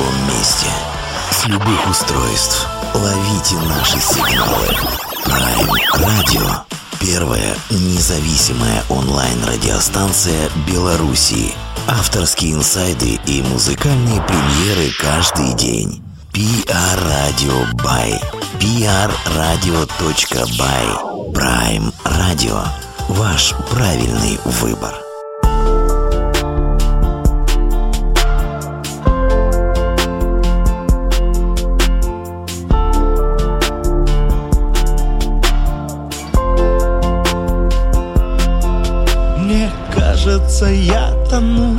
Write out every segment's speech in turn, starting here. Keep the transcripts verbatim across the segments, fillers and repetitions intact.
любом месте, с любых устройств. Ловите наши сигналы. Prime Radio. Первая независимая онлайн-радиостанция Беларуси. Авторские инсайды и музыкальные премьеры каждый день. пи ар Radio by пи ар радио точка бай. Prime Radio. Ваш правильный выбор. Мне кажется, я тону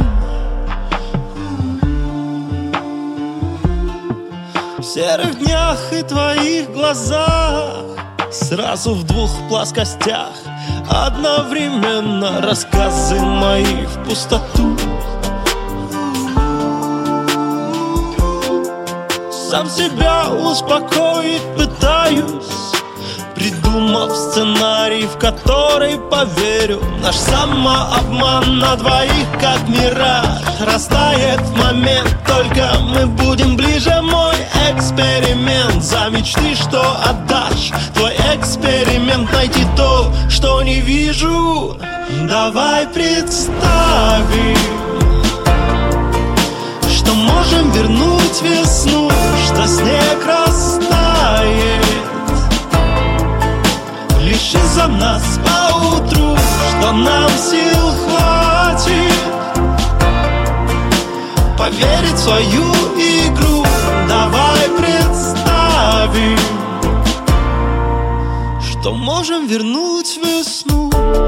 в серых днях и твоих глазах, сразу в двух плоскостях. Одновременно рассказы мои в пустоту. Сам себя успокоить пытаюсь, придумав сценарий, в который поверю. Наш самообман на двоих, как мираж, растает в момент. Только мы будем ближе, мой эксперимент. За мечты, что отдашь, твой эксперимент. Найти то, что не вижу. Давай представим, что можем вернуть весну, что снег растает лишь из-за нас поутру, что нам сил хватит поверить в свою игру. Давай представим, что можем вернуть весну.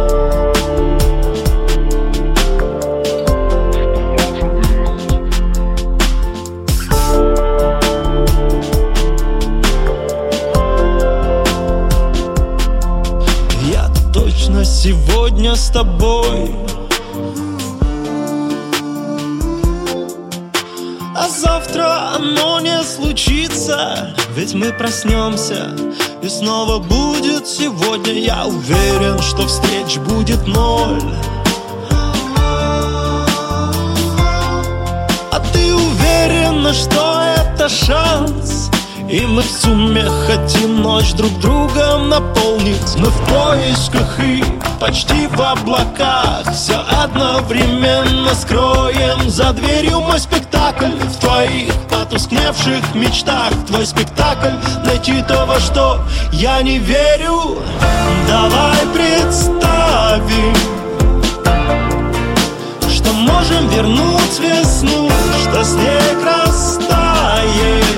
Я точно сегодня с тобой, а завтра оно не случится. Ведь мы проснемся, и снова будет сегодня. Я уверен, что встреч будет ноль. А ты уверена, что это шанс? И мы в сумме хотим ночь друг другом наполнить. Мы в поисках и почти в облаках. Все одновременно скроем. За дверью мой спектакль, в твоих потускневших мечтах. Твой спектакль — найти то, во что я не верю. Давай представим, что можем вернуть весну, что снег растает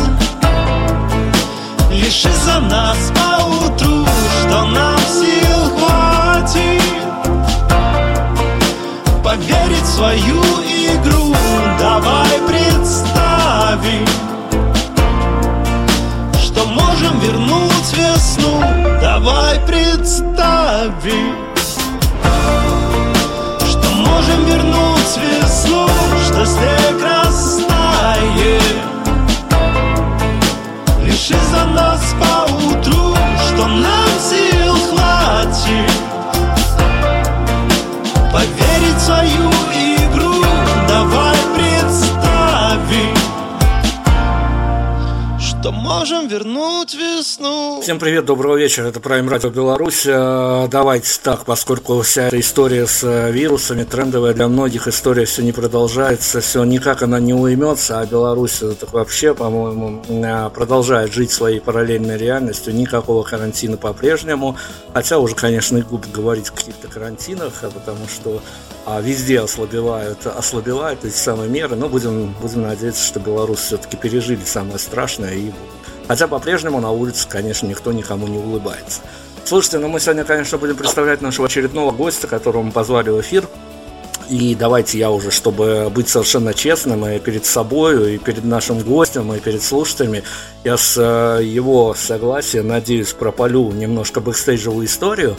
лишь из-за нас поутру, что нам сил хватит поверить в свою игру. Давай представим, что можем вернуть весну. Давай представим, что можем вернуть весну, что снег растает лишь из-за нас поутру, что нам сил хватит поверить в свою игру. Давай представим, что можем вернуть весну. Всем привет, доброго вечера, это Prime Radio Беларусь. Давайте так, поскольку вся эта история с вирусами трендовая для многих, история все не продолжается, все никак она не уймется, а Беларусь так вообще, по-моему, продолжает жить своей параллельной реальностью, никакого карантина по-прежнему, хотя уже, конечно, и глупо говорить о каких-то карантинах, потому что везде ослабевают, ослабевают эти самые меры, но будем, будем надеяться, что Беларусь все-таки пережили самое страшное, и хотя по-прежнему на улице, конечно, никто никому не улыбается. Слушайте, ну мы сегодня, конечно, будем представлять нашего очередного гостя, которого мы позвали в эфир. И давайте я уже, чтобы быть совершенно честным и перед собой, и перед нашим гостем, и перед слушателями, я с его согласия, надеюсь, пропалю немножко бэкстейджевую историю.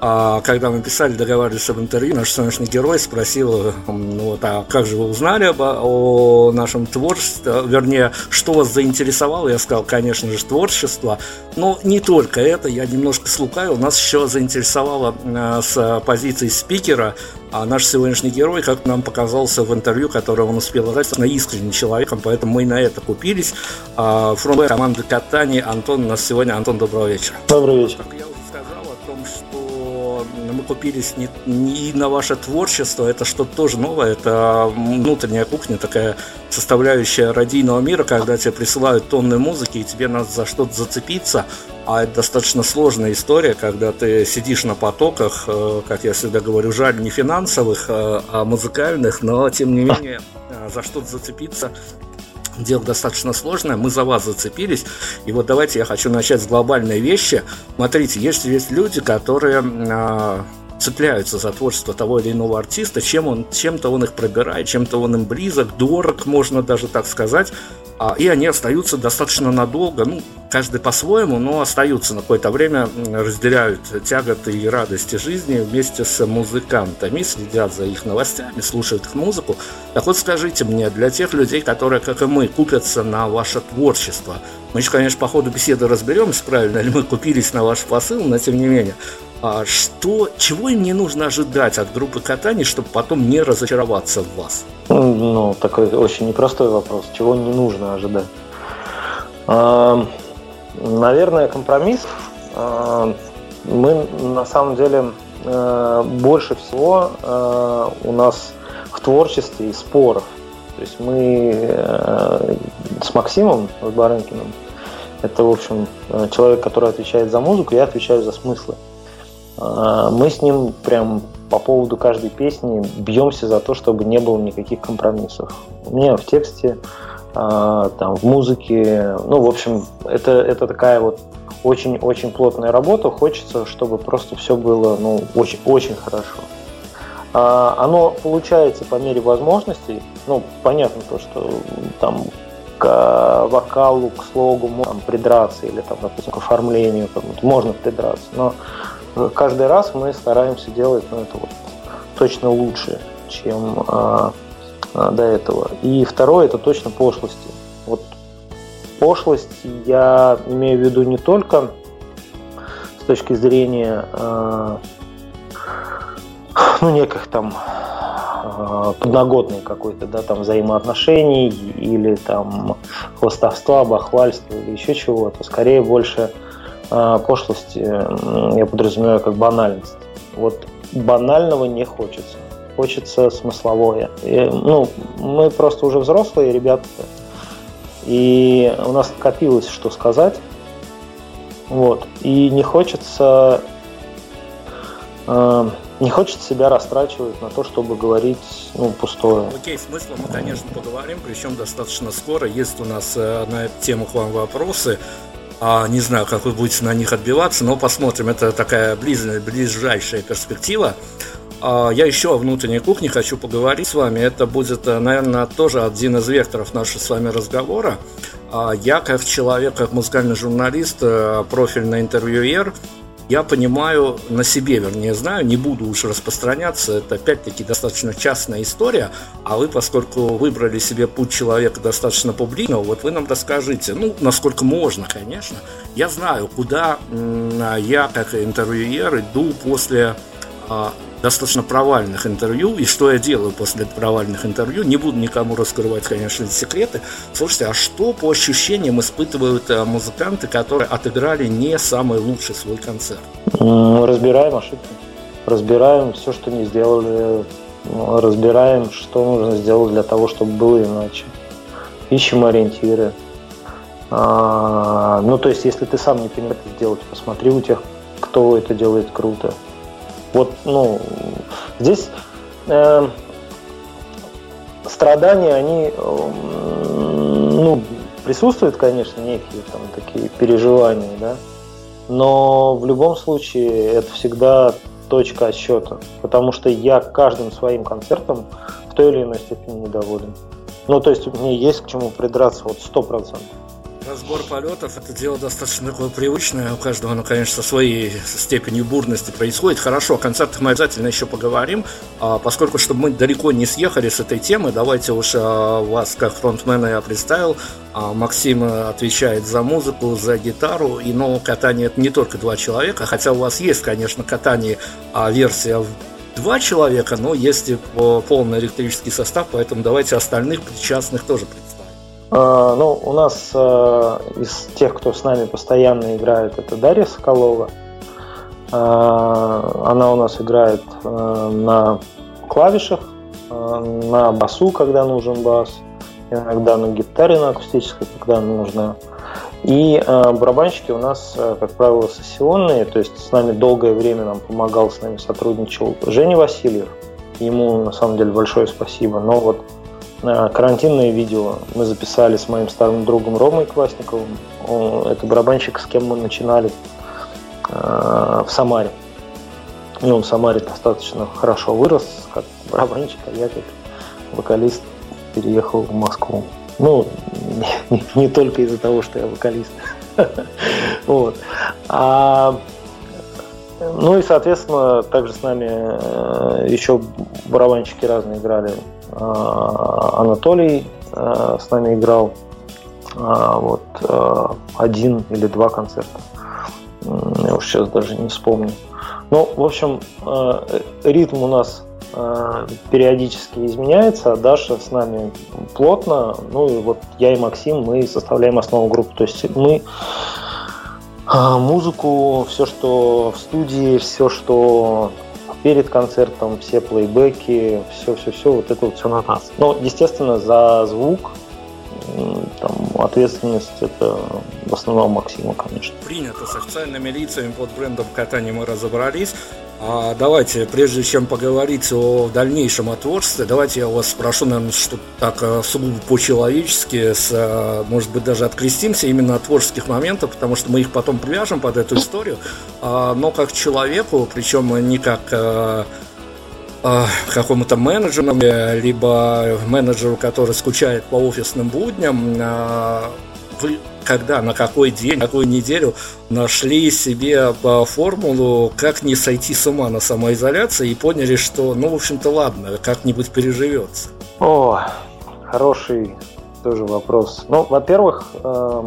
когда мы писали, договаривались об интервью, наш сегодняшний герой спросил, ну, вот, а как же вы узнали об, о нашем творчестве, вернее, что вас заинтересовало? Я сказал, конечно же, творчество, но не только это, я немножко слукавил, нас еще заинтересовало с позиции спикера, а наш сегодняшний герой, как нам показался в интервью, которое он успел дать, искренним человеком, поэтому мы на это купились. Фронтмен команды Катани Антон у нас сегодня. Антон, доброго вечера. Добрый вечер. Как я уже сказал о том, что мы купились не, не на ваше творчество, это что-то тоже новое, это внутренняя кухня, такая составляющая радийного мира, когда тебе присылают тонны музыки, и тебе надо за что-то зацепиться. А это достаточно сложная история, когда ты сидишь на потоках, как я всегда говорю, жаль, не финансовых, а музыкальных, но тем не менее за что-то зацепиться дело достаточно сложное. Мы за вас зацепились. И вот давайте я хочу начать с глобальной вещи. Смотрите, есть, есть люди, которые а, цепляются за творчество того или иного артиста, чем он, чем-то он их пробирает, чем-то он им близок, дорог, можно даже так сказать. И они остаются достаточно надолго, ну, каждый по-своему, но остаются на какое-то время, разделяют тяготы и радости жизни вместе с музыкантами, следят за их новостями, слушают их музыку. Так вот, скажите мне, для тех людей, которые, как и мы, купятся на ваше творчество, мы еще, конечно, по ходу беседы разберемся, правильно ли мы купились на ваш посыл, но тем не менее, а что, чего им не нужно ожидать от группы Катани, чтобы потом не разочароваться в вас? Ну, такой очень непростой вопрос. Чего не нужно ожидать? А, наверное, компромисс. А, мы, на самом деле, а, больше всего а, у нас в творчестве споров. То есть мы а, с Максимом, с Барынкиным, это, в общем, человек, который отвечает за музыку, я отвечаю за смыслы. Мы с ним прям по поводу каждой песни бьемся за то, чтобы не было никаких компромиссов. У меня в тексте, там, в музыке, ну, в общем, это, это такая вот очень-очень плотная работа. Хочется, чтобы просто все было, ну, очень-очень хорошо. Оно получается по мере возможностей. Ну, понятно то, что там к вокалу, к слогу там, придраться или, там, допустим, к оформлению можно придраться, но каждый раз мы стараемся делать, ну, это вот точно лучше, чем а, а, до этого. И второе, это точно пошлости. Вот пошлость я имею в виду не только с точки зрения а, ну, неких там а, подноготной какой-то, да, там взаимоотношений или там хвастовства, бахвальства или еще чего-то. Скорее больше пошлость я подразумеваю как банальность. Вот банального не хочется. Хочется смысловое. И, ну, мы просто уже взрослые ребята, и у нас накопилось, что сказать. Вот. И не хочется э, не хочется себя растрачивать на то, чтобы говорить, ну, пустое. Окей, смысла мы, конечно, поговорим, причем достаточно скоро. Есть у нас э, на эту тему к вам вопросы. А, не знаю, как вы будете на них отбиваться, но посмотрим. Это такая близ, ближайшая перспектива. А, я еще о внутренней кухне хочу поговорить с вами. Это будет, наверное, тоже один из векторов нашего с вами разговора. А, я, как человек, как музыкальный журналист, профильный интервьюер, я понимаю на себе, вернее, знаю, не буду уж распространяться, это опять-таки достаточно частная история, а вы, поскольку выбрали себе путь человека достаточно публичного, вот вы нам расскажите, ну, насколько можно, конечно. Я знаю, куда я, как интервьюер, иду после а, достаточно провальных интервью, и что я делаю после провальных интервью, не буду никому раскрывать, конечно, эти секреты. Слушайте, а что по ощущениям испытывают музыканты, которые отыграли не самый лучший свой концерт? Разбираем ошибки, разбираем все, что не сделали, разбираем, что нужно сделать для того, чтобы было иначе. Ищем ориентиры. А, ну, то есть, если ты сам не понимаешь, это сделать, посмотри у тех, кто это делает круто. Вот, ну, здесь э, страдания, они, э, ну, присутствуют, конечно, некие там такие переживания, да, но в любом случае это всегда точка отсчета, потому что я каждым своим концертом в той или иной степени недоволен. Ну, то есть мне есть к чему придраться вот сто процентов. Разбор полетов – это дело достаточно такое привычное, у каждого оно, конечно, со своей степенью бурности происходит. Хорошо, о концертах мы обязательно еще поговорим, а поскольку, чтобы мы далеко не съехали с этой темы, давайте уж а, вас как фронтмена я представил. А Максим отвечает за музыку, за гитару, и, но катание – это не только два человека, хотя у вас есть, конечно, катание, а версия в два человека, но есть и полный электрический состав, поэтому давайте остальных причастных тоже представим. Uh, ну, у нас uh, из тех, кто с нами постоянно играет, это Дарья Соколова. Uh, она у нас играет uh, на клавишах, uh, на басу, когда нужен бас, иногда на гитаре, на акустической, когда нужна. И uh, барабанщики у нас, uh, как правило, сессионные, то есть с нами долгое время нам помогал, с нами сотрудничал Женя Васильев. Ему, на самом деле, большое спасибо. Но вот карантинное видео мы записали с моим старым другом Ромой Квасниковым. Он, это барабанщик, с кем мы начинали э, в Самаре. И он в Самаре достаточно хорошо вырос, как барабанщик, а я как вокалист переехал в Москву. Ну, не, не только из-за того, что я вокалист. Вот. А, ну и, соответственно, также с нами еще барабанщики разные играли. Анатолий э, с нами играл э, вот, э, один или два концерта. Я уж сейчас даже не вспомню. Ну, в общем, э, ритм у нас э, периодически изменяется, а Даша с нами плотно. Ну и вот я и Максим, мы составляем основу группы. То есть мы э, музыку, все, что в студии, все, что перед концертом, все плейбеки, все-все-все, вот это вот все на нас. Но, естественно, за звук там, ответственность это в основном Максима, конечно. Принято, с официальными лицами под брендом катания мы разобрались. А давайте, прежде чем поговорить о дальнейшем о творчестве, давайте я вас спрошу, наверное, что-то так сугубо по-человечески, с, может быть, даже открестимся именно от творческих моментов, потому что мы их потом привяжем под эту историю, а, но как человеку, причем не как а, а, какому-то менеджеру, либо менеджеру, который скучает по офисным будням. А, вы когда, на какой день, на какую неделю нашли себе формулу, как не сойти с ума на самоизоляции и поняли, что, ну, в общем-то, ладно, как-нибудь переживется? О, хороший тоже вопрос. Ну, во-первых, э,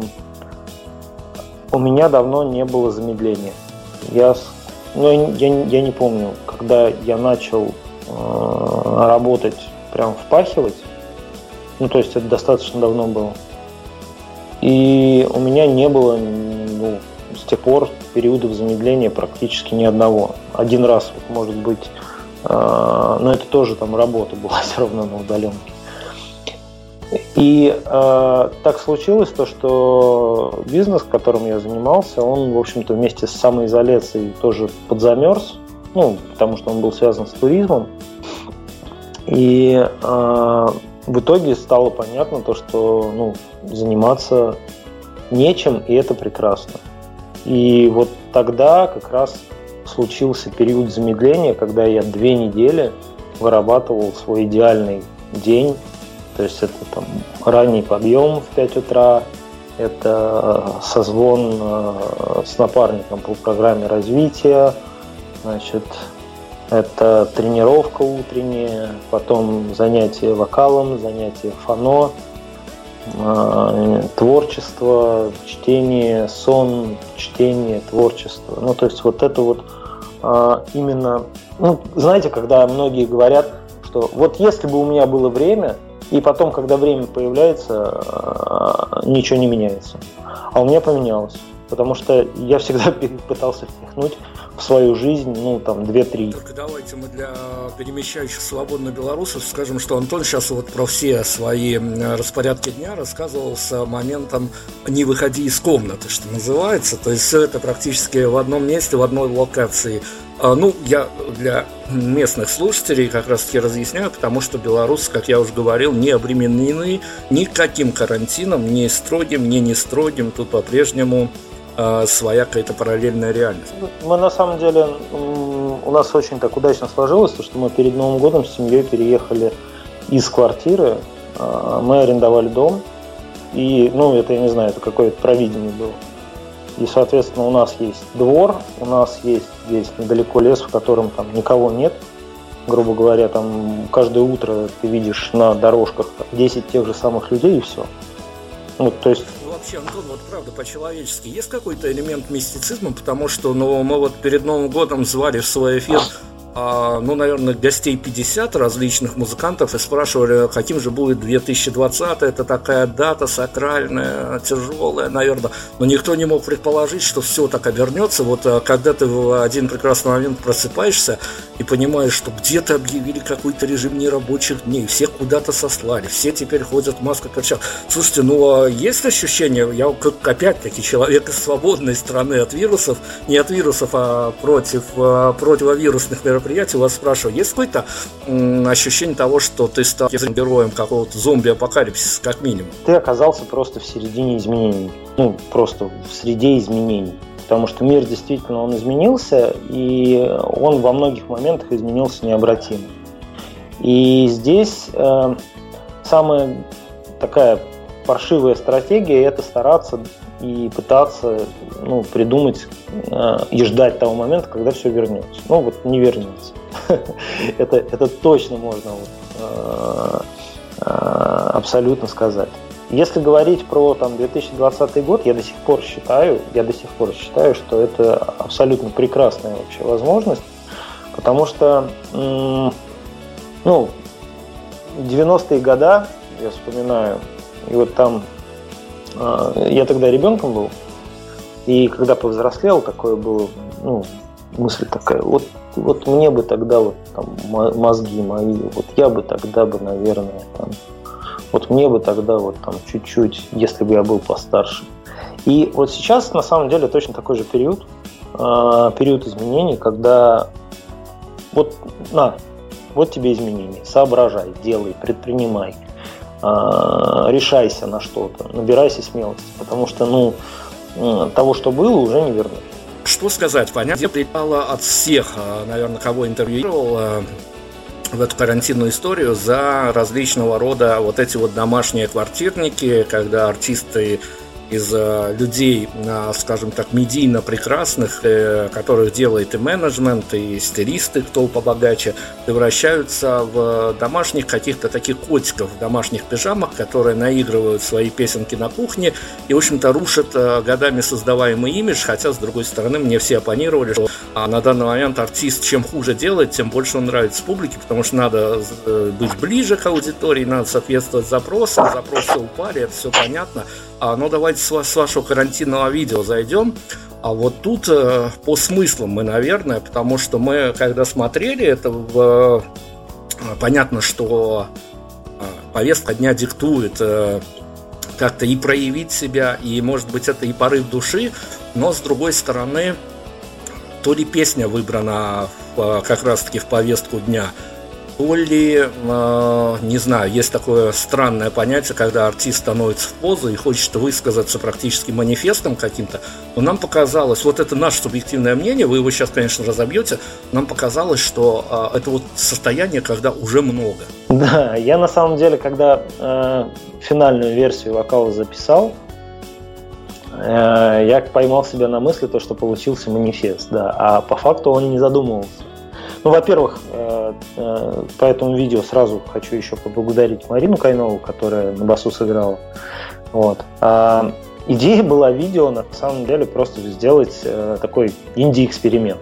у меня давно не было замедления. Я, ну, я, я не помню, когда я начал э, работать, прям впахивать, ну, то есть это достаточно давно было. И у меня не было, ну, с тех пор периодов замедления практически ни одного. Один раз, может быть, э, но это тоже там работа была все равно на удаленке. И э, так случилось то, что бизнес, которым я занимался, он, в общем-то, вместе с самоизоляцией тоже подзамерз, ну, потому что он был связан с туризмом. И э, в итоге стало понятно то, что, ну, заниматься нечем, и это прекрасно. И вот тогда как раз случился период замедления, когда я две недели вырабатывал свой идеальный день. То есть это там ранний подъем в пять утра, это созвон с напарником по программе развития, значит, это тренировка утренняя, потом занятия вокалом, занятия фано, творчество, чтение, сон, чтение, творчество. Ну, то есть вот это вот именно, ну, знаете, когда многие говорят, что вот если бы у меня было время, и потом, когда время появляется, ничего не меняется. А у меня поменялось. Потому что я всегда пытался впихнуть в свою жизнь, ну, там, две-три. Только давайте мы для перемещающих свободно белорусов скажем, что Антон сейчас вот про все свои распорядки дня рассказывал с моментом «не выходи из комнаты», что называется. То есть все это практически в одном месте, в одной локации. Ну, я для местных слушателей как раз-таки разъясняю, потому что белорусы, как я уже говорил, не обременены никаким карантином, ни строгим, ни не строгим. Тут по-прежнему э, своя какая-то параллельная реальность. Мы на самом деле, у нас очень так удачно сложилось, что мы перед Новым годом с семьей переехали из квартиры, мы арендовали дом, и, ну, это, я не знаю, это какое-то провидение было. И, соответственно, у нас есть двор, у нас есть здесь недалеко лес, в котором там никого нет. Грубо говоря, там каждое утро ты видишь на дорожках десять тех же самых людей, и все. Ну, то есть... Вообще, Антон, вот правда, по-человечески, есть какой-то элемент мистицизма, потому что, ну, мы вот перед Новым годом звали в свой эфир, а, ну, наверное, гостей пятьдесят различных музыкантов и спрашивали, каким же будет две тысячи двадцатый, это такая дата сакральная, тяжелая, наверное, но никто не мог предположить, что все так обернется. Вот когда ты в один прекрасный момент просыпаешься и понимаешь, что где-то объявили какой-то режим нерабочих дней, всех куда-то сослали, все теперь ходят в масках, кричат. Слушайте, ну, есть ощущение, я как опять-таки человек из свободной страны от вирусов, не от вирусов, а против противовирусных мероприятий, у вас спрашиваю, есть какое-то м, ощущение того, что ты стал героем какого-то зомби-апокалипсиса, как минимум? Ты оказался просто в середине изменений, ну, просто в среде изменений, потому что мир действительно, он изменился, и он во многих моментах изменился необратимо. И здесь э, самая такая паршивая стратегия – это стараться и пытаться, ну, придумать э, и ждать того момента, когда все вернется. Ну, вот не вернется. это, это точно можно вот, э, э, абсолютно сказать. Если говорить про там, две тысячи двадцатый год, я до сих пор считаю, я до сих пор считаю, что это абсолютно прекрасная вообще возможность, потому что, м- ну, девяностые годы, я вспоминаю, и вот там я тогда ребенком был, и когда повзрослел, такое было, ну, мысль такая, вот, вот мне бы тогда вот там мозги мои, вот я бы тогда бы, наверное, там, вот мне бы тогда вот там чуть-чуть, если бы я был постарше. И вот сейчас на самом деле точно такой же период, э, период изменений, когда вот на, вот тебе изменения, соображай, делай, предпринимай. Решайся на что-то, набирайся смелости, потому что, ну, того, что было, уже не вернуть. Что сказать? Понятно, припало от всех, наверное, кого интервьюировал в эту карантинную историю за различного рода вот эти вот домашние квартирники, когда артисты из людей, скажем так, медийно прекрасных, которых делает и менеджмент, и стилисты, кто побогаче, превращаются в домашних каких-то таких котиков в домашних пижамах, которые наигрывают свои песенки на кухне и, в общем-то, рушат годами создаваемый имидж, хотя, с другой стороны, мне все оппонировали, что на данный момент артист чем хуже делает, тем больше он нравится публике, потому что надо быть ближе к аудитории, надо соответствовать запросам, запросы упали, это все понятно. Но давайте с вашего карантинного видео зайдем. А вот тут э, по смыслам мы, наверное, потому что мы, когда смотрели это, в, э, понятно, что э, повестка дня диктует э, как-то и проявить себя, и, может быть, это и порыв души, но, с другой стороны, то ли песня выбрана в, как раз-таки в повестку дня, то ли, э, не знаю, есть такое странное понятие, когда артист становится в позу и хочет высказаться практически манифестом каким-то, но нам показалось, вот это наше субъективное мнение, вы его сейчас, конечно, разобьете, нам показалось, что э, это вот состояние, когда уже много. Да, я на самом деле, когда э, финальную версию вокала записал, э, я поймал себя на мысли, то, что получился манифест, да, а по факту он не задумывался. Ну, во-первых, по этому видео сразу хочу еще поблагодарить Марину Кайнову, которая на басу сыграла. Вот. А идея была видео, на самом деле, просто сделать такой инди-эксперимент.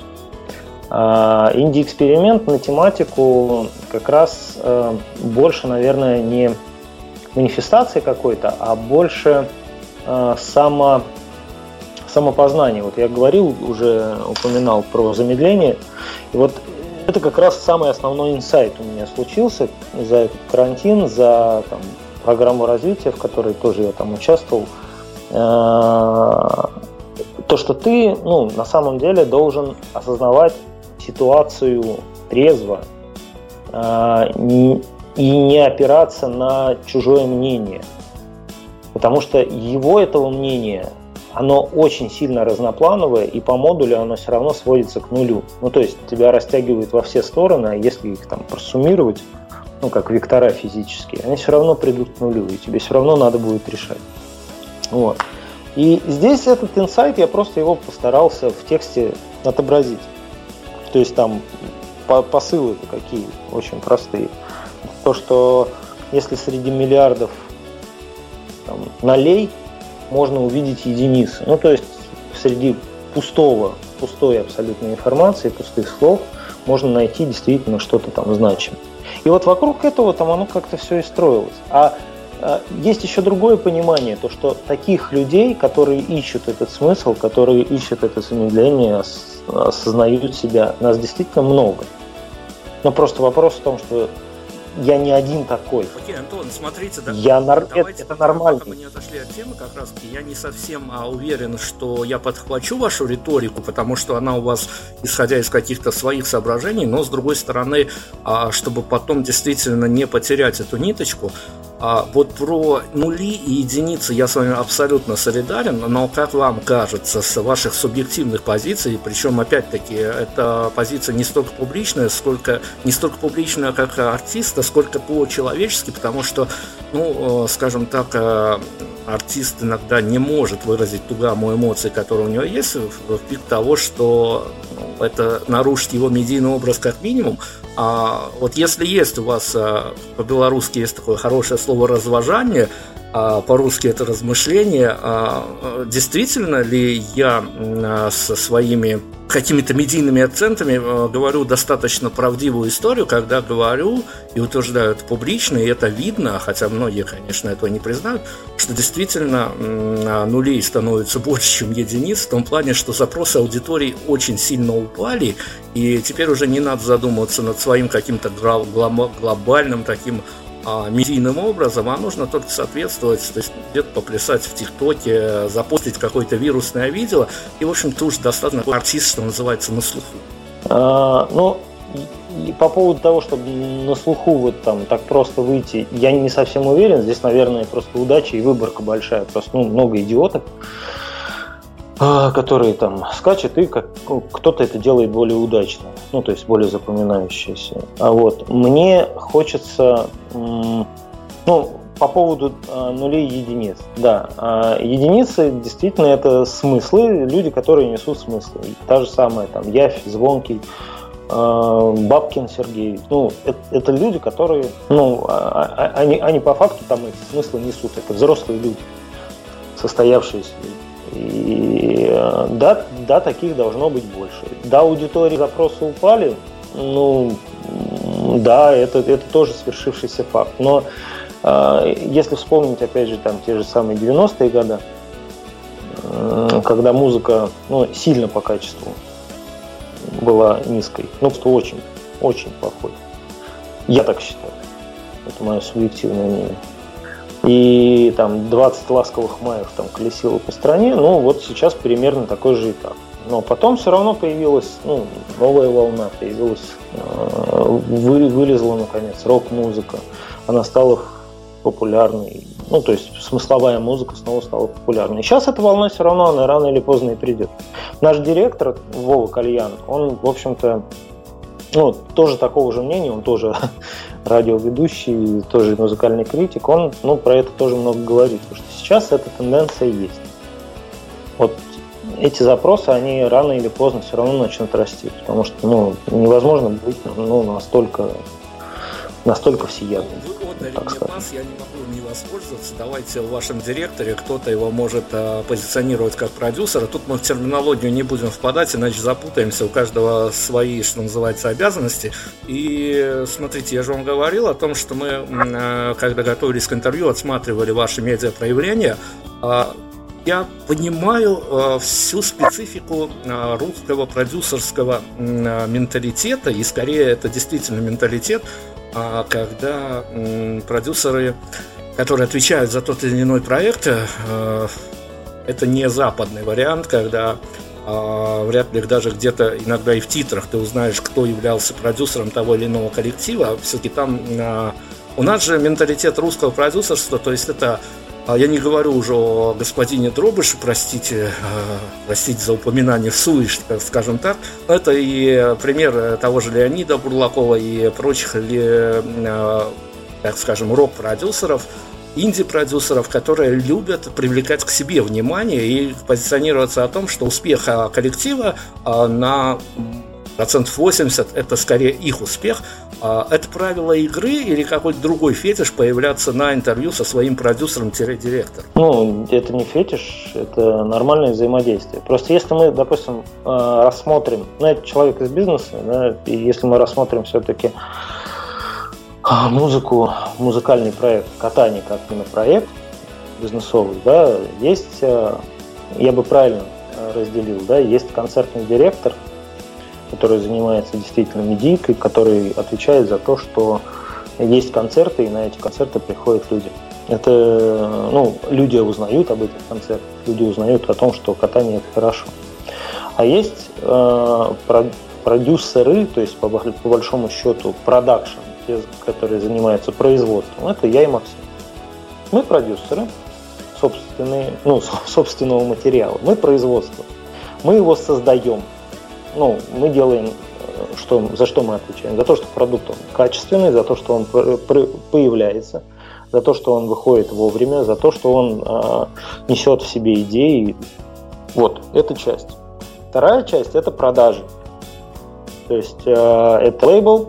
А инди-эксперимент на тематику как раз больше, наверное, не манифестации какой-то, а больше само, самопознание. Вот я говорил, уже упоминал про замедление. И вот это как раз самый основной инсайт у меня случился за этот карантин, за там, программу развития, в которой тоже я там участвовал. То, что ты, ну, на самом деле должен осознавать ситуацию трезво и не опираться на чужое мнение. Потому что его, этого мнения, оно очень сильно разноплановое, и по модулю оно все равно сводится к нулю. Ну, то есть тебя растягивают во все стороны, а если их там просуммировать, ну, как вектора физические, они все равно придут к нулю, и тебе все равно надо будет решать. Вот. И здесь этот инсайт, я просто его постарался в тексте отобразить. То есть там посылы-то какие, очень простые. То, что если среди миллиардов там, нолей можно увидеть единицы, ну то есть среди пустого, пустой абсолютной информации, пустых слов, можно найти действительно что-то там значимое. И вот вокруг этого там оно как-то все и строилось. А, а есть еще другое понимание, то что таких людей, которые ищут этот смысл, которые ищут это замедление, осознают себя, нас действительно много. Но просто вопрос в том, что я не один такой. Окей, Антон, смотрите, да, я нар... давайте, это, это нормально. Пока мы не отошли от темы, как раз таки, я не совсем а, уверен, что я подхвачу вашу риторику, потому что она у вас, исходя из каких-то своих соображений, но с другой стороны, а, чтобы потом действительно не потерять эту ниточку, а, вот про нули и единицы я с вами абсолютно солидарен, но как вам кажется, с ваших субъективных позиций, причем опять-таки эта позиция не столько публичная, сколько не столько публичная как артиста, сколько по-человечески, потому что, ну, скажем так, артист иногда не может выразить ту гамму эмоций, которые у него есть, в пик того, что ну, это нарушит его медийный образ как минимум. А вот если есть у вас, по-белорусски есть такое хорошее слово «разважание», а по-русски это размышление, а действительно ли я со своими какими-то медийными акцентами говорю достаточно правдивую историю, когда говорю и утверждаю это публично, и это видно, хотя многие, конечно, этого не признают, что действительно нулей становится больше, чем единиц, в том плане, что запросы аудитории очень сильно упали, и теперь уже не надо задумываться над своим каким-то глобальным таким медийным образом, а нужно только соответствовать, то есть где-то поплясать в ТикТоке, запостить какое-то вирусное видео, и, в общем-то, уж достаточно артист, что называется, на слуху. А, ну, и по поводу того, чтобы на слуху вот там так просто выйти, я не совсем уверен, здесь, наверное, просто удача и выборка большая, просто ну, много идиотов, которые там скачут, и как, кто-то это делает более удачно, ну, то есть более запоминающееся. А вот мне хочется, ну, по поводу нулей и единиц, да, единицы действительно это смыслы, люди, которые несут смыслы. Та же самая там Явь, Звонкий, Бабкин Сергей, ну, это, это люди, которые, ну, они, они по факту там эти смыслы несут, это взрослые люди, состоявшиеся люди. И да, да, таких должно быть больше. Да, аудитории запросы упали, ну, да, это, это тоже свершившийся факт. Но э, если вспомнить, опять же, там те же самые девяностые годы, э, когда музыка, ну, сильно по качеству была низкой, ну, что очень, очень плохой. Я так считаю. Это мое субъективное мнение. И там двадцать ласковых маев там колесило по стране, ну вот сейчас примерно такой же этап. Но потом все равно появилась, ну, новая волна, появилась, э, вы, вылезла наконец рок-музыка, она стала популярной, ну то есть смысловая музыка снова стала популярной. И сейчас эта волна все равно, она рано или поздно и придет. Наш директор Вова Кальян, он, в общем-то, ну, тоже такого же мнения, он тоже радиоведущий, тоже музыкальный критик, он, ну, про это тоже много говорит, потому что сейчас эта тенденция есть. Вот эти запросы, они рано или поздно все равно начнут расти, потому что, ну, невозможно быть, ну, настолько, настолько всеядным. Вы отдали мне пас, я не могу не воспользоваться. Давайте в вашем директоре кто-то его может а, позиционировать как продюсера. Тут мы в терминологию не будем впадать, иначе запутаемся. У каждого свои, что называется, обязанности. И смотрите, я же вам говорил о том, что мы, а, когда готовились к интервью, отсматривали ваши медиапроявления. А, я понимаю а, всю специфику а, русского продюсерского а, менталитета, и скорее это действительно менталитет, а, когда м, продюсеры, которые отвечают за тот или иной проект, а, это не западный вариант, когда а, вряд ли даже где-то иногда и в титрах ты узнаешь, кто являлся продюсером того или иного коллектива. Все-таки там а, у нас же менталитет русского продюсерства, то есть это Я не говорю уже о господине Дробыше, простите, простите за упоминание всуе, скажем так. Но это и пример того же Леонида Бурлакова и прочих, так скажем, рок-продюсеров, инди-продюсеров, которые любят привлекать к себе внимание и позиционироваться о том, что успех коллектива на процентов восемьдесят это скорее их успех. Это правило игры или какой-то другой фетиш появляться на интервью со своим продюсером-директором? Ну, это не фетиш, это нормальное взаимодействие. Просто если мы, допустим, рассмотрим, ну, это человек из бизнеса, да, и если мы рассмотрим все-таки музыку, музыкальный проект, катание как именно проект бизнесовый, да, есть, я бы правильно разделил, да, есть концертный директор, который занимается действительно медийкой, который отвечает за то, что есть концерты, и на эти концерты приходят люди. Это, ну, люди узнают об этих концертах, люди узнают о том, что катание – это хорошо. А есть э, продюсеры, то есть по, по большому счету продакшн, те, которые занимаются производством. Это я и Максим. Мы продюсеры собственные, ну, собственного материала. Мы производство. Мы его создаем. Ну, мы делаем, что, за что мы отвечаем? За то, что продукт он качественный, за то, что он появляется, за то, что он выходит вовремя, за то, что он э, несет в себе идеи. Вот, это часть. Вторая часть – это продажи. То есть э, это лейбл,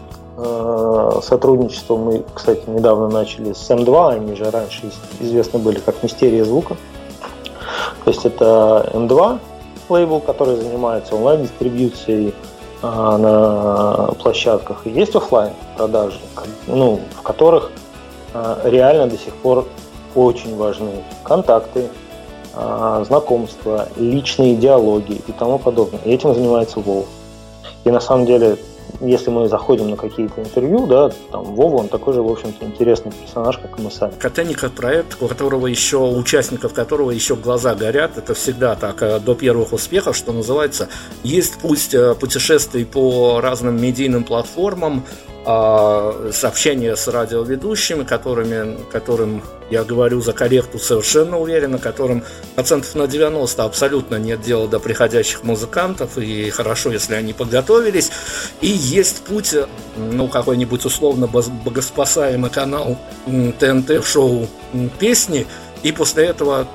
э, сотрудничество мы, кстати, недавно начали с эм два, они же раньше известны были как «Мистерия звука». То есть это эм два, лейбл, который занимается онлайн-дистрибьюцией а, на площадках. И есть офлайн продажи, ну, в которых а, реально до сих пор очень важны контакты, а, знакомства, личные диалоги и тому подобное. И этим занимается Вова. И на самом деле, если мы заходим на какие-то интервью, да, там Вова, он такой же, в общем-то, интересный персонаж, как и мы сами. Катание как проект, у которого еще, у участников которого еще глаза горят, это всегда так, до первых успехов, что называется. Есть пусть путешествий по разным медийным платформам, сообщения с радиоведущими, которыми, которым я говорю за корректу совершенно уверенно, которым процентов на девяносто абсолютно нет дела до приходящих музыкантов, и хорошо, если они подготовились. И есть путь, ну, какой-нибудь условно богоспасаемый канал тэ эн тэ-шоу «Песни», и после этого,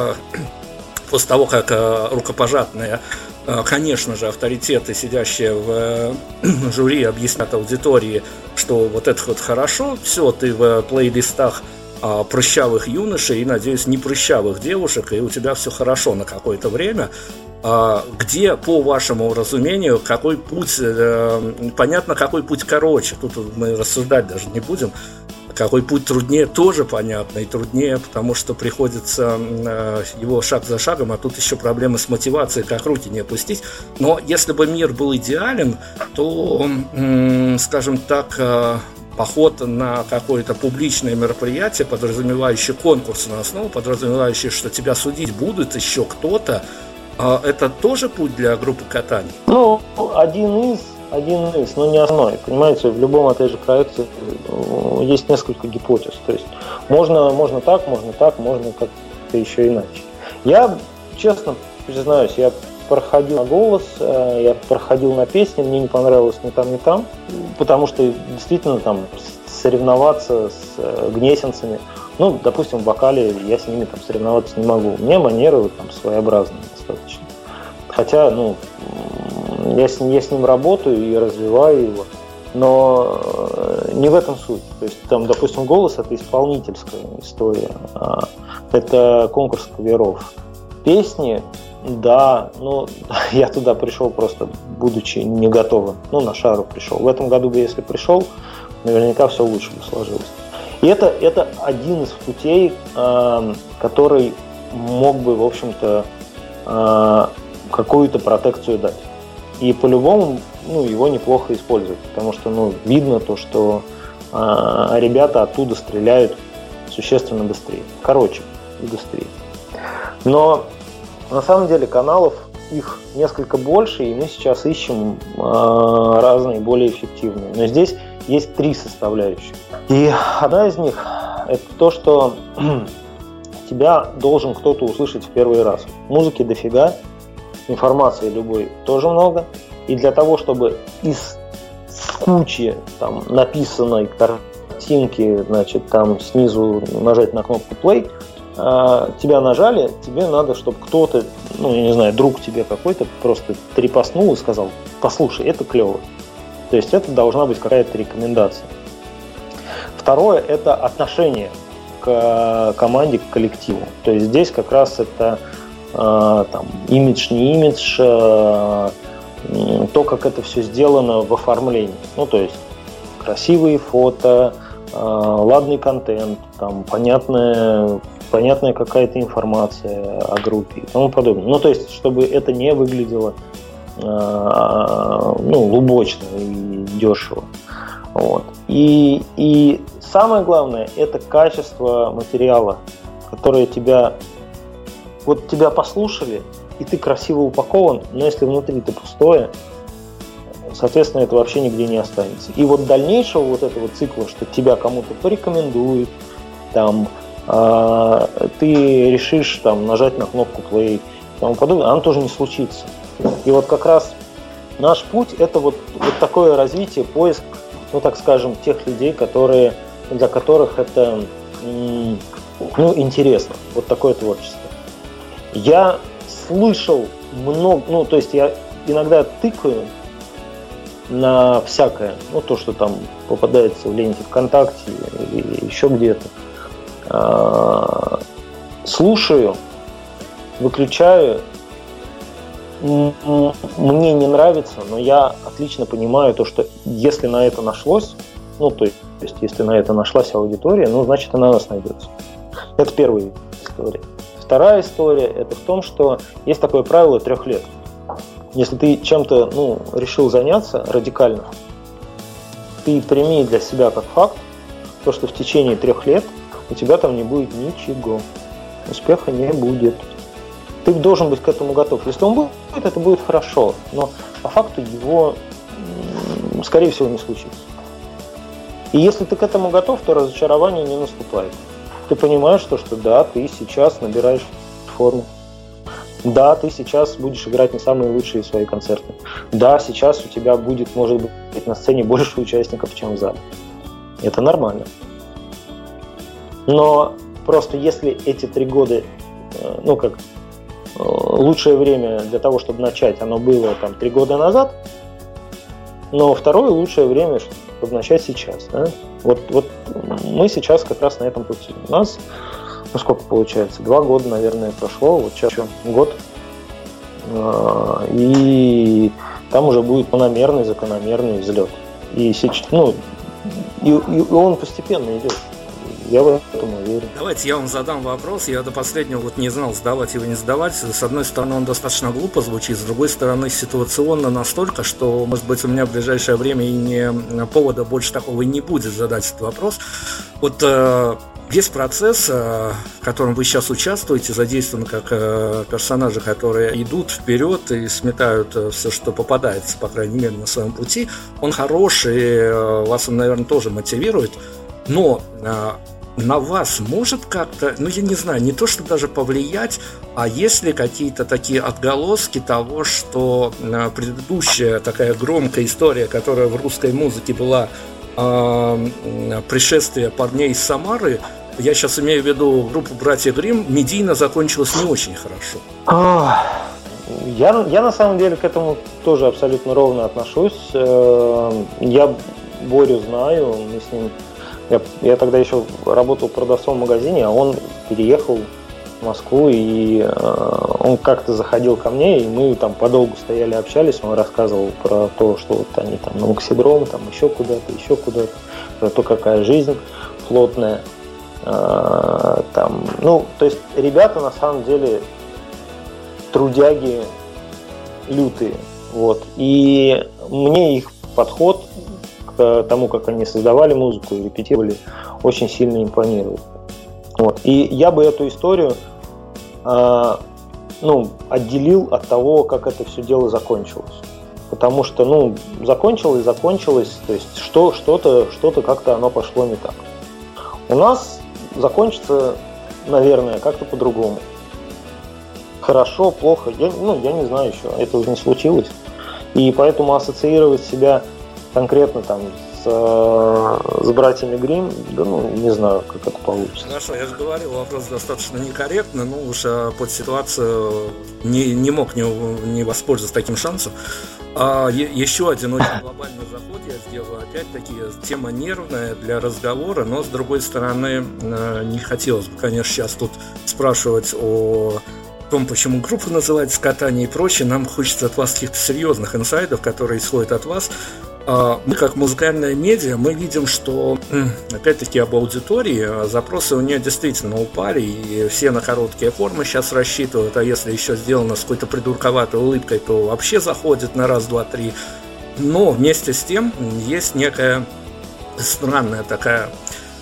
после того, как рукопожатная, конечно же, авторитеты, сидящие в жюри, объяснят аудитории, что вот это вот хорошо, все, ты в плейлистах прыщавых юношей и, надеюсь, не прыщавых девушек, и у тебя все хорошо на какое-то время. Где, по вашему разумению, какой путь, понятно, какой путь короче, тут мы рассуждать даже не будем. Какой путь труднее, тоже понятно, и труднее, потому что приходится э, его шаг за шагом, а тут еще проблемы с мотивацией, как руки не опустить. Но если бы мир был идеален, то, э, скажем так, э, поход на какое-то публичное мероприятие, подразумевающее конкурсную основу, подразумевающее, что тебя судить будут еще кто-то, э, это тоже путь для группы катания? Ну, один из Один из, но не основной. Понимаете, в любом, опять же, проекте есть несколько гипотез. То есть можно, можно так, можно так, можно как-то еще иначе. Я, честно признаюсь, я проходил на голос, я проходил на песни, мне не понравилось ни там, ни там, потому что действительно там соревноваться с гнесинцами, ну, допустим, в вокале я с ними там соревноваться не могу. У меня манеры там своеобразные достаточно. Хотя, ну, Я с, я с ним работаю и развиваю его, но не в этом суть. То есть, там, допустим, голос – это исполнительская история, это конкурс каверов. Песни, да, ну, я туда пришел просто, будучи не готовым, ну, на шару пришел. В этом году бы, если пришел, наверняка все лучше бы сложилось. И это, это один из путей, который мог бы, в общем-то, какую-то протекцию дать. И по-любому, ну, его неплохо использовать, потому что, ну, видно то, что э, ребята оттуда стреляют существенно быстрее, короче и быстрее. Но на самом деле каналов их несколько больше, и мы сейчас ищем э, разные, более эффективные. Но здесь есть три составляющих. И одна из них – это то, что тебя должен кто-то услышать в первый раз. Музыки дофига, информации любой тоже много. И для того, чтобы из кучи там, написанной картинки, значит, там снизу нажать на кнопку play, э, тебя нажали, тебе надо, чтобы кто-то, ну, я не знаю, друг тебе какой-то просто трепаснул и сказал: послушай, это клево. То есть это должна быть какая-то рекомендация. Второе – это отношение к команде, к коллективу. То есть здесь как раз это э, там, имидж, не имидж, э, то, как это все сделано в оформлении. Ну, то есть красивые фото, э, ладный контент, там, понятная, понятная какая-то информация о группе и тому подобное. Ну, то есть, чтобы это не выглядело э, ну, лубочно и дешево. Вот. И, и самое главное – это качество материала, которое тебя, вот тебя послушали, и ты красиво упакован, но если внутри ты пустое, соответственно, это вообще нигде не останется. И вот дальнейшего вот этого цикла, что тебя кому-то порекомендуют, там, э, ты решишь там, нажать на кнопку play и тому подобное, оно тоже не случится. И вот как раз наш путь – это вот, вот такое развитие, поиск, ну, так скажем, тех людей, которые, для которых это, ну, интересно, вот такое творчество. Я слышал много, ну, то есть я иногда тыкаю на всякое, ну, то, что там попадается в ленте ВКонтакте или еще где-то. Слушаю, выключаю, мне не нравится, но я отлично понимаю то, что если на это нашлось, ну, то есть, если на это нашлась аудитория, ну, значит, она у нас найдется. Это первая история. Вторая история – это в том, что есть такое правило трех лет. Если ты чем-то, ну, решил заняться радикально, ты прими для себя как факт то, что в течение трех лет у тебя там не будет ничего, успеха не будет. Ты должен быть к этому готов. Если он будет, это будет хорошо, но по факту его, скорее всего, не случится. И если ты к этому готов, то разочарование не наступает. Ты понимаешь, что, что да, ты сейчас набираешь форму. Да, ты сейчас будешь играть не самые лучшие свои концерты. Да, сейчас у тебя будет, может быть, на сцене больше участников, чем в зале. Это нормально. Но просто если эти три года, ну как, лучшее время для того, чтобы начать, оно было там три года назад, но второе лучшее время, чтобы начать сейчас. Да? Вот, вот мы сейчас как раз на этом пути. У нас, ну сколько получается, два года, наверное, прошло, вот сейчас еще год, и там уже будет планомерный, закономерный взлет. И, сейчас, ну, и, и он постепенно идет. Я в этом уверен. Давайте я вам задам вопрос. Я до последнего вот не знал, сдавать его, не сдавать. С одной стороны, он достаточно глупо звучит, с другой стороны, ситуационно настолько, что, может быть, у меня в ближайшее время и не повода больше такого и не будет задать этот вопрос. Вот э, весь процесс, э, в котором вы сейчас участвуете, задействованы как э, персонажи, которые идут вперед и сметают э, все, что попадается, по крайней мере, на своем пути, он хороший, э, вас он, наверное, тоже мотивирует, но э, на вас может как-то, ну я не знаю, не то что даже повлиять, а есть ли какие-то такие отголоски того, что э, предыдущая такая громкая история, которая в русской музыке была, э, пришествие парней из Самары, я сейчас имею в виду группу «Братья Гримм», медийно закончилась не очень хорошо. Я, я на самом деле к этому тоже абсолютно ровно отношусь. Я Борю знаю, мы с ним... Я, я тогда еще работал продавцом в магазине, а он переехал в Москву, и э, он как-то заходил ко мне, и мы там подолгу стояли, общались, он рассказывал про то, что вот они там на Максибром, там еще куда-то, еще куда-то, про то, какая жизнь плотная. Э, там, ну, то есть ребята на самом деле трудяги лютые, вот, и мне их подход к тому, как они создавали музыку и репетировали, очень сильно импонирует. Вот. И я бы эту историю э, ну, отделил от того, как это все дело закончилось. Потому что, ну, закончилось, закончилось, то есть что, что-то, что-то как-то оно пошло не так. У нас закончится наверное, как-то по-другому. Хорошо, плохо, я, ну, я не знаю еще, это уже не случилось. И поэтому ассоциировать себя конкретно там с, с братьями Гримм, да, ну, не знаю, как это получится. Хорошо, я же говорил, вопрос достаточно некорректно, но уж под ситуацию не, не мог не, не воспользоваться таким шансом. А, е- еще один очень глобальный заход я сделаю. Опять-таки, тема нервная для разговора, но, с другой стороны, не хотелось бы, конечно, сейчас тут спрашивать о том, почему группа называется «Катание» и прочее. Нам хочется от вас каких-то серьезных инсайдов, которые исходят от вас. Мы, как музыкальная медиа, мы видим, что, опять-таки, об аудитории запросы у нее действительно упали, и все на короткие формы сейчас рассчитывают, а если еще сделано с какой-то придурковатой улыбкой, то вообще заходит на раз, два, три. Но вместе с тем есть некая странная такая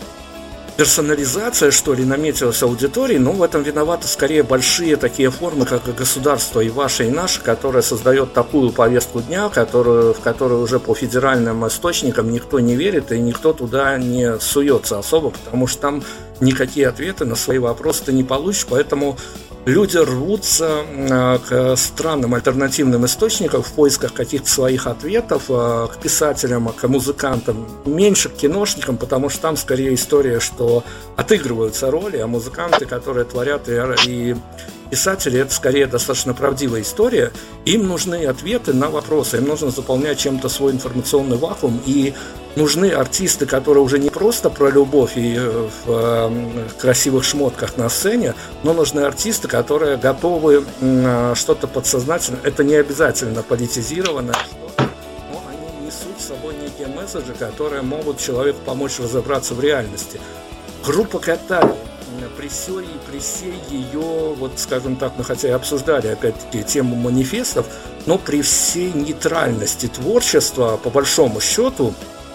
персонализация, что ли, наметилась аудитории, но в этом виноваты скорее большие такие формы, как и государство, и ваше, и наше, которое создает такую повестку дня, которую, в которую уже по федеральным источникам никто не верит, и никто туда не суется особо, потому что там никакие ответы на свои вопросы ты не получишь, поэтому люди рвутся к странным альтернативным источникам в поисках каких-то своих ответов, к писателям, к музыкантам, меньше к киношникам, потому что там скорее история, что отыгрываются роли, а музыканты, которые творят, и писатели, это скорее достаточно правдивая история. Им нужны ответы на вопросы, им нужно заполнять чем-то свой информационный вакуум, и нужны артисты, которые уже не просто про любовь и в э, красивых шмотках на сцене, но нужны артисты, которые готовы э, что-то подсознательно, это не обязательно политизированное, но они несут с собой некие месседжи, которые могут человеку помочь разобраться в реальности. Группа «Катание», при всей, при всей ее, вот скажем так, мы хотя и обсуждали опять-таки тему манифестов, но при всей нейтральности творчества, по большому счету,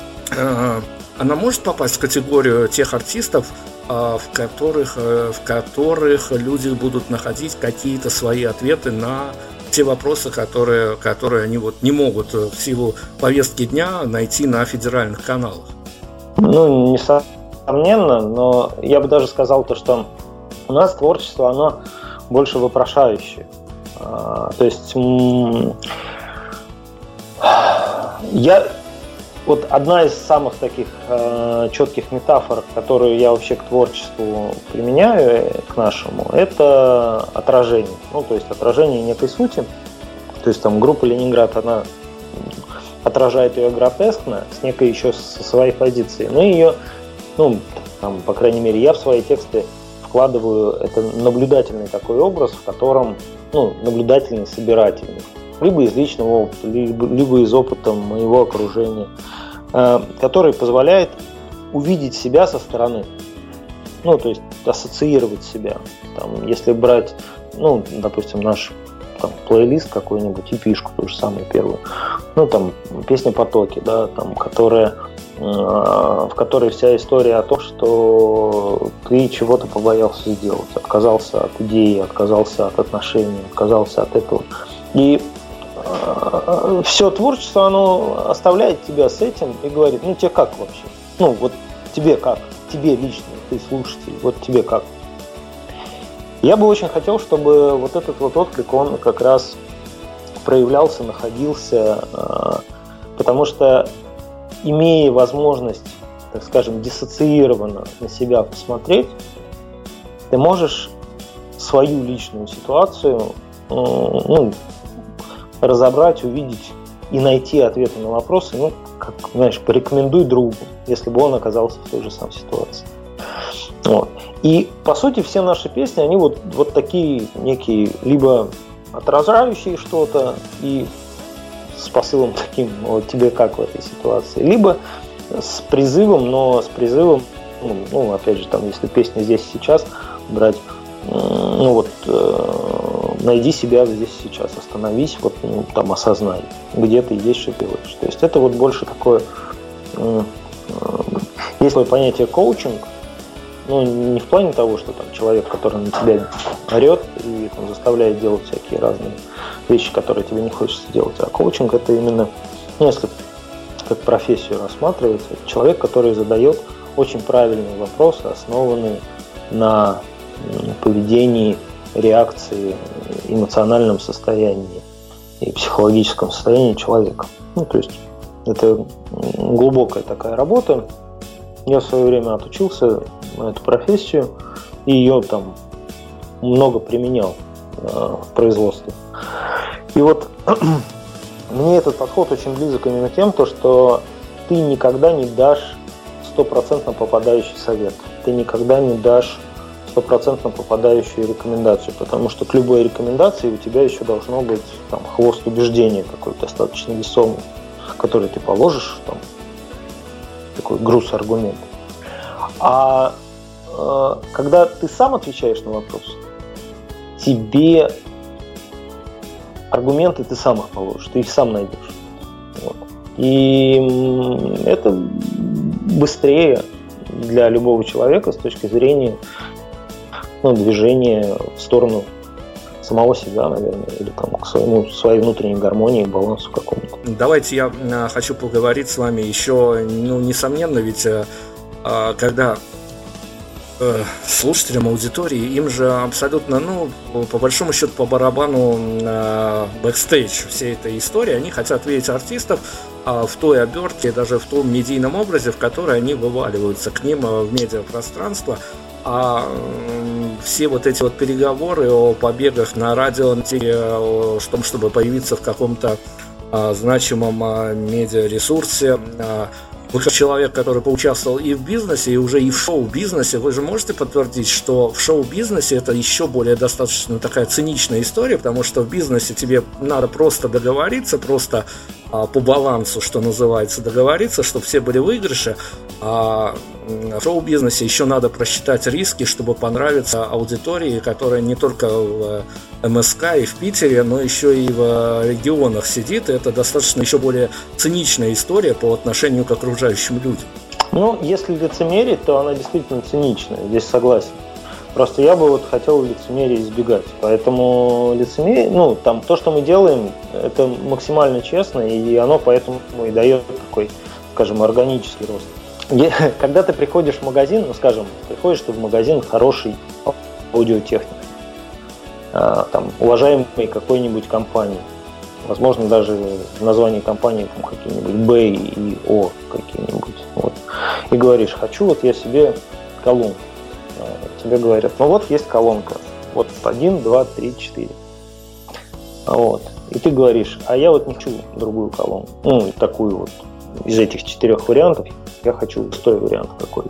она может попасть в категорию тех артистов, в которых, в которых люди будут находить какие-то свои ответы на те вопросы, которые, которые они вот не могут в силу повестки дня найти на федеральных каналах. Ну, несомненно, но я бы даже сказал то, что у нас творчество, оно больше вопрошающее. То есть я... Вот одна из самых таких э, четких метафор, которую я вообще к творчеству применяю, к нашему, это отражение. Ну, то есть отражение некой сути. То есть там группа «Ленинград», она отражает ее гротескно, с некой еще со своей позиции. Но ее, ну, там, по крайней мере, я в свои тексты вкладываю это наблюдательный такой образ, в котором, ну, наблюдательный, собирательный. Либо из личного опыта, либо, либо из опыта моего окружения, э, который позволяет увидеть себя со стороны. Ну, то есть ассоциировать себя. Там, если брать, ну, допустим, наш там, плейлист какой-нибудь, и пишку, ту же самую первую. Ну, там, песня «Потоки», да, там, которая, э, в которой вся история о том, что ты чего-то побоялся сделать, отказался от идеи, отказался от отношений, отказался от этого. И все творчество, оно оставляет тебя с этим и говорит, ну тебе как вообще? Ну вот тебе как? Тебе лично, ты слушатель, вот тебе как? Я бы очень хотел, чтобы вот этот вот отклик, он как раз проявлялся, находился, потому что, имея возможность, так скажем, диссоциированно на себя посмотреть, ты можешь свою личную ситуацию, ну, разобрать, увидеть и найти ответы на вопросы, ну, как, знаешь, порекомендуй другу, если бы он оказался в той же самой ситуации. Вот. И, по сути, все наши песни, они вот, вот такие некие, либо отражающие что-то и с посылом таким, вот тебе как в этой ситуации, либо с призывом, но с призывом, ну, ну опять же, там, если песня «Здесь сейчас» брать, ну вот, э, найди себя здесь сейчас, остановись, вот, ну, там, осознай, где ты есть, что делаешь. То есть это вот больше такое, э, э, есть ли понятие коучинг, ну, не в плане того, что там человек, который на тебя орет и там, заставляет делать всякие разные вещи, которые тебе не хочется делать, а коучинг это именно, ну, если как профессию рассматривается, это человек, который задает очень правильные вопросы, основанные на поведении, реакции, эмоциональном состоянии и психологическом состоянии человека. Ну, то есть это глубокая такая работа. Я в свое время отучился на эту профессию и ее там много применял э, в производстве. И вот мне этот подход очень близок именно тем, то, что ты никогда не дашь стопроцентно попадающий совет. Ты никогда не дашь стопроцентно попадающую рекомендацию, потому что к любой рекомендации у тебя еще должно быть там, хвост убеждения такой достаточно весомый, который ты положишь, там, такой груз аргументов. А э, когда ты сам отвечаешь на вопрос, тебе аргументы ты сам их положишь, ты их сам найдешь. Вот. И это быстрее для любого человека с точки зрения ну, движения в сторону самого себя, наверное, или там, к своему, своей внутренней гармонии, балансу какому-то. Давайте я а, хочу поговорить с вами еще, ну, несомненно, ведь а, когда а, слушателям аудитории, им же абсолютно, ну, по большому счету, по барабану а, бэкстейдж всей этой истории, они хотят видеть артистов а, в той обертке, даже в том медийном образе, в который они вываливаются к ним в медиапространство. А все вот эти вот переговоры о побегах на радио, о том, чтобы появиться в каком-то а, значимом а, медиаресурсе, а, вы как человек, который поучаствовал и в бизнесе, и уже и в шоу-бизнесе, вы же можете подтвердить, что в шоу-бизнесе это еще более достаточно такая циничная история, потому что в бизнесе тебе надо просто договориться, просто а, по балансу, что называется, договориться, чтобы все были выигрыши, а в шоу-бизнесе еще надо просчитать риски, чтобы понравиться аудитории, которая не только в эм эс ка и в Питере, но еще и в регионах сидит, и это достаточно еще более циничная история по отношению к окружающим людям. Ну, если лицемерить, то она действительно циничная, здесь согласен. Просто я бы вот хотел лицемерие избегать. Поэтому лицемерие, ну, там, то, что мы делаем, это максимально честно, и оно поэтому и дает такой, скажем, органический рост. Когда ты приходишь в магазин, ну, скажем, приходишь ты в магазин хорошей аудиотехники, там, уважаемой какой-нибудь компании, возможно, даже название компании там, какие-нибудь Б и О какие-нибудь, вот, и говоришь, хочу вот я себе колонку. Тебе говорят, ну вот есть колонка, вот один, два, три, четыре. Вот. И ты говоришь, а я вот не хочу другую колонку, ну, такую вот, из этих четырех вариантов, я хочу шестой вариант какой-то.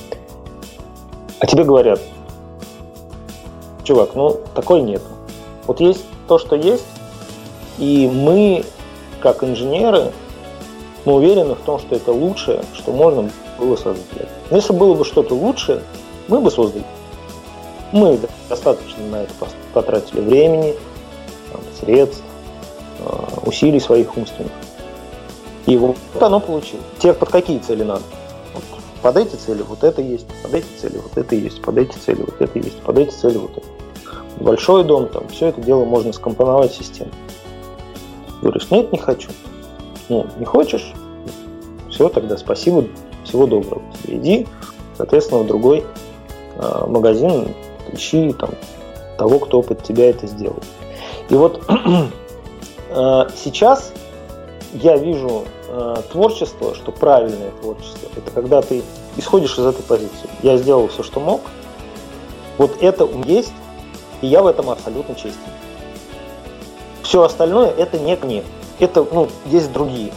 А тебе говорят, чувак, ну, такой нет. Вот есть то, что есть, и мы, как инженеры, мы уверены в том, что это лучшее, что можно было создать. Но если было бы что-то лучшее, мы бы создали. Мы достаточно на это потратили времени, средств, усилий своих умственных. И вот оно получилось. Теперь под какие цели надо? Вот под эти цели вот это есть, под эти цели вот это есть, под эти цели вот это есть, под эти цели вот это. Большой дом, там, все это дело можно скомпоновать в систему. Говоришь, нет, не хочу. Ну, не хочешь? Все, тогда спасибо, всего доброго. Иди, соответственно, в другой э, магазин, ищи там того, кто под тебя это сделает. И вот э, сейчас я вижу э, творчество, что правильное творчество, это когда ты исходишь из этой позиции. Я сделал все, что мог. Вот это есть, и я в этом абсолютно честен. Все остальное это не ко мне. Это, ну, есть другие.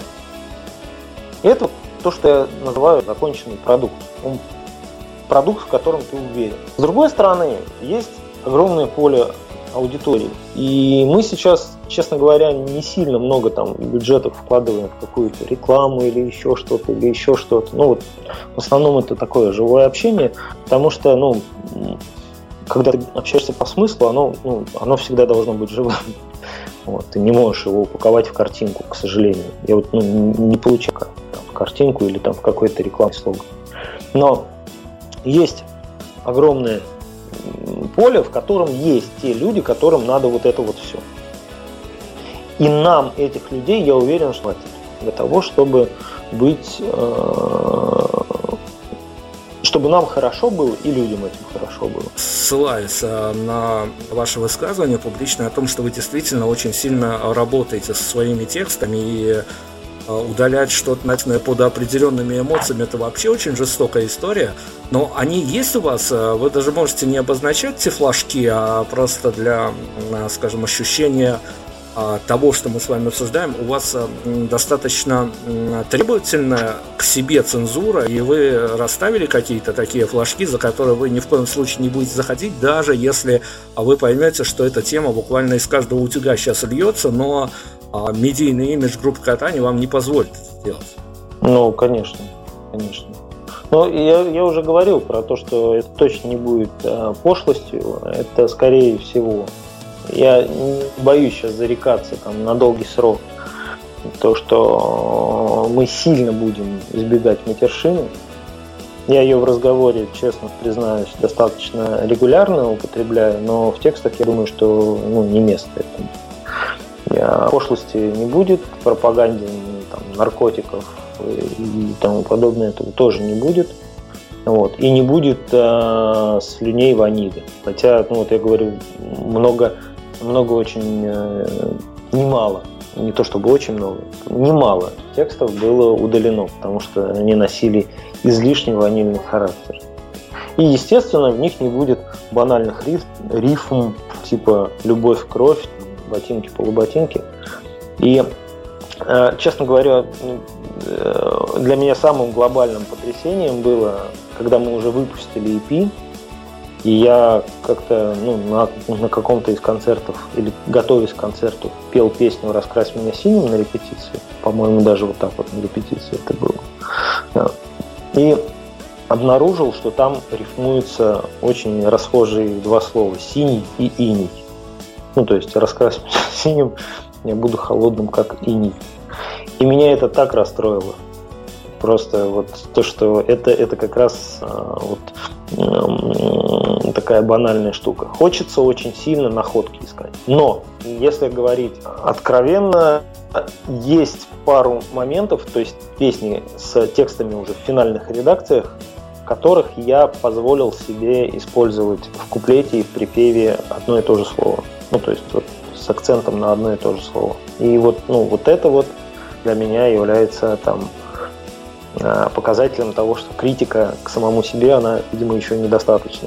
И это то, что я называю законченный продукт. Он продукт, в котором ты уверен. С другой стороны, есть огромное поле аудитории. И мы сейчас, честно говоря, не сильно много там бюджетов вкладываем в какую-то рекламу или еще что-то, или еще что-то. Ну вот в основном это такое живое общение, потому что, ну, когда ты общаешься по смыслу, оно, ну, оно всегда должно быть живым. Вот, ты не можешь его упаковать в картинку, к сожалению. Я вот ну, не получаю там, картинку или там в какой-то рекламный слоган. Но есть огромное поле, в котором есть те люди, которым надо вот это вот все. И нам этих людей, я уверен, что хватит для того, чтобы быть, чтобы чтобы нам хорошо было и людям этим хорошо было. Ссылаясь на ваше высказывание публичное о том, что вы действительно очень сильно работаете со своими текстами, и удалять что-то под определенными эмоциями — это вообще очень жестокая история. Но они есть у вас, вы даже можете не обозначать те флажки, а просто для, скажем, ощущения того, что мы с вами обсуждаем, у вас достаточно требовательная к себе цензура, и вы расставили какие-то такие флажки, за которые вы ни в коем случае не будете заходить, даже если вы поймете, что эта тема буквально из каждого утюга сейчас льется, но медийный имидж группы «Катани» вам не позволит это сделать. Ну, конечно, конечно. Но я, я уже говорил про то, что это точно не будет а, пошлостью, это скорее всего. Я не боюсь сейчас зарекаться там на долгий срок. То, что мы сильно будем избегать матершины. Я ее в разговоре, честно признаюсь, достаточно регулярно употребляю, но в текстах я думаю, что ну, не место этому. Я, пошлости не будет, пропаганды там, наркотиков и тому подобное этого тоже не будет. Вот. И не будет э, слюней ванили. Хотя, ну вот я говорю, много, много очень э, немало, не то чтобы очень много, немало текстов было удалено, потому что они носили излишний ванильный характер. И, естественно, в них не будет банальных риф, рифм типа «любовь, кровь», ботинки, полуботинки. И, э, честно говоря, э, для меня самым глобальным потрясением было, когда мы уже выпустили и пи, и я как-то ну, на, на каком-то из концертов, или готовясь к концерту, пел песню «Раскрась меня синим» на репетиции. По-моему, даже вот так вот на репетиции это было. И обнаружил, что там рифмуются очень расхожие два слова «синий» и «иней». Ну, то есть «раскрась меня синим», я буду холодным, как иней. И меня это так расстроило. Просто вот то, что это, это как раз а, вот м- такая банальная штука. Хочется очень сильно находки искать. Но, если говорить откровенно, есть пару моментов, то есть песни с текстами уже в финальных редакциях, которых я позволил себе использовать в куплете и в припеве одно и то же слово. Ну, то есть вот с акцентом на одно и то же слово. И вот, ну, вот это вот для меня является там показателем того, что критика к самому себе, она, видимо, еще недостаточна.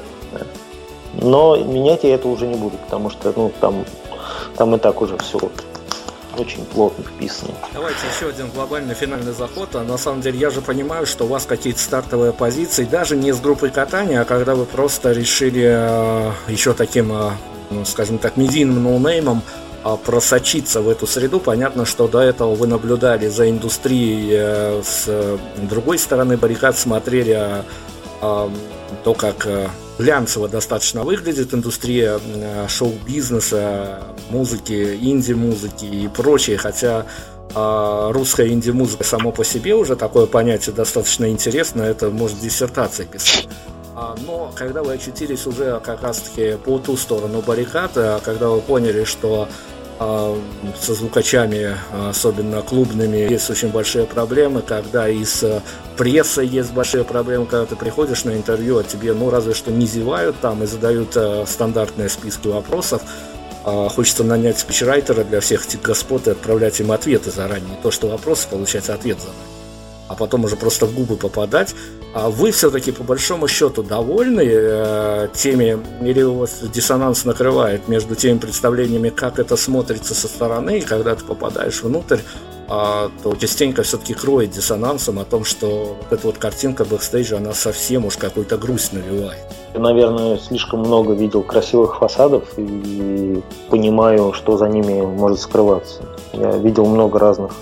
Но менять я это уже не буду, потому что ну, там, там и так уже все очень плотно вписано. Давайте еще один глобальный финальный заход. А на самом деле я же понимаю, что у вас какие-то стартовые позиции, даже не с группой «Катани», а когда вы просто решили э, еще таким, э, ну, скажем так, медийным ноунеймом просочиться в эту среду. Понятно, что до этого вы наблюдали за индустрией с другой стороны баррикад, смотрели то, как глянцево достаточно выглядит индустрия шоу-бизнеса, музыки, инди-музыки и прочее, хотя русская инди-музыка само по себе уже такое понятие достаточно интересное, это может диссертации писать. Но когда вы очутились уже как раз-таки по ту сторону баррикад, когда вы поняли, что э, со звукачами, особенно клубными, есть очень большие проблемы, когда и с прессой есть большие проблемы, когда ты приходишь на интервью, а тебе, ну, разве что не зевают там и задают э, стандартные списки вопросов, э, хочется нанять спичрайтера для всех этих господ и отправлять им ответы заранее, не то что вопросы, получать ответ заранее, а потом уже просто в губы попадать. А вы все-таки по большому счету довольны э, теми, или у вас диссонанс накрывает между теми представлениями, как это смотрится со стороны, и когда ты попадаешь внутрь, э, то частенько все-таки кроет диссонансом о том, что вот эта вот картинка бэкстейджа, она совсем уж какую-то грусть навевает. Я, наверное, слишком много видел красивых фасадов и понимаю, что за ними может скрываться. Я видел много разных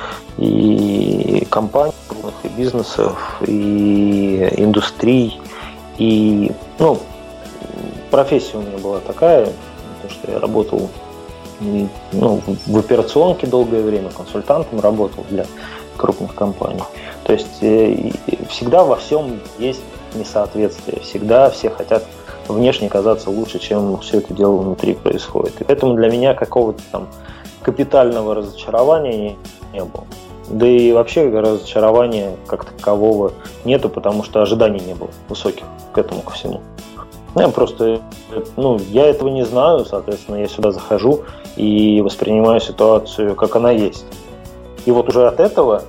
и компаний, и бизнесов, и индустрий, и, ну, профессия у меня была такая, потому что я работал ну, в операционке долгое время, консультантом работал для крупных компаний. То есть всегда во всем есть несоответствие, всегда все хотят внешне казаться лучше, чем все это дело внутри происходит. И поэтому для меня какого-то там капитального разочарования не, не было. Да и вообще разочарования как такового нету, потому что ожиданий не было высоких к этому ко всему. Я просто, ну, я этого не знаю, соответственно, я сюда захожу и воспринимаю ситуацию, как она есть. И вот уже от этого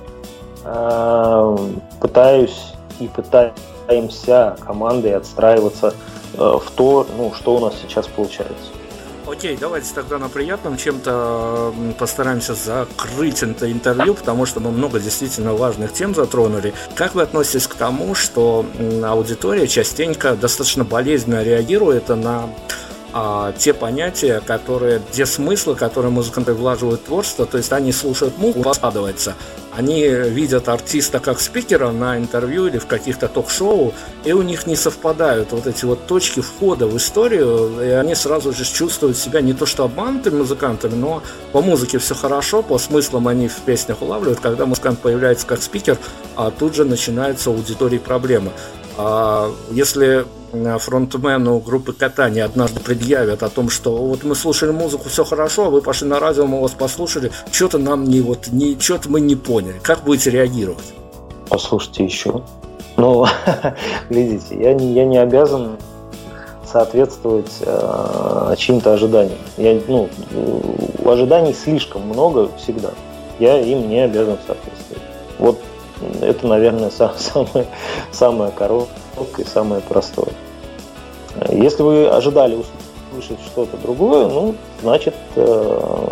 э, пытаюсь и пытаемся командой отстраиваться э, в то, ну, что у нас сейчас получается. Окей, давайте тогда на приятном чем-то постараемся закрыть это интервью, потому что мы много действительно важных тем затронули. Как вы относитесь к тому, что аудитория частенько достаточно болезненно реагирует на а, те понятия, которые, те смыслы, которые музыканты влаживают в творчество, то есть они слушают музыку, складывается. Они видят артиста как спикера на интервью или в каких-то ток-шоу, и у них не совпадают вот эти вот точки входа в историю, и они сразу же чувствуют себя не то что обманутыми музыкантами, но по музыке все хорошо, по смыслам они в песнях улавливают. Когда музыкант появляется как спикер, а тут же начинаются у аудитории проблемы. А если фронтмену группы «Катание» однажды предъявят о том, что вот мы слушали музыку, все хорошо, а вы пошли на радио, мы вас послушали, что-то нам не вот, не, что-то мы не поняли. Как будете реагировать? Послушайте еще. Ну, видите, я не, я не обязан соответствовать э, чьим-то ожиданиям. Я, ну, ожиданий слишком много всегда. Я им не обязан соответствовать. Вот это, наверное, самое, самое короткое и самое простое. Если вы ожидали услышать что-то другое, ну, значит, э,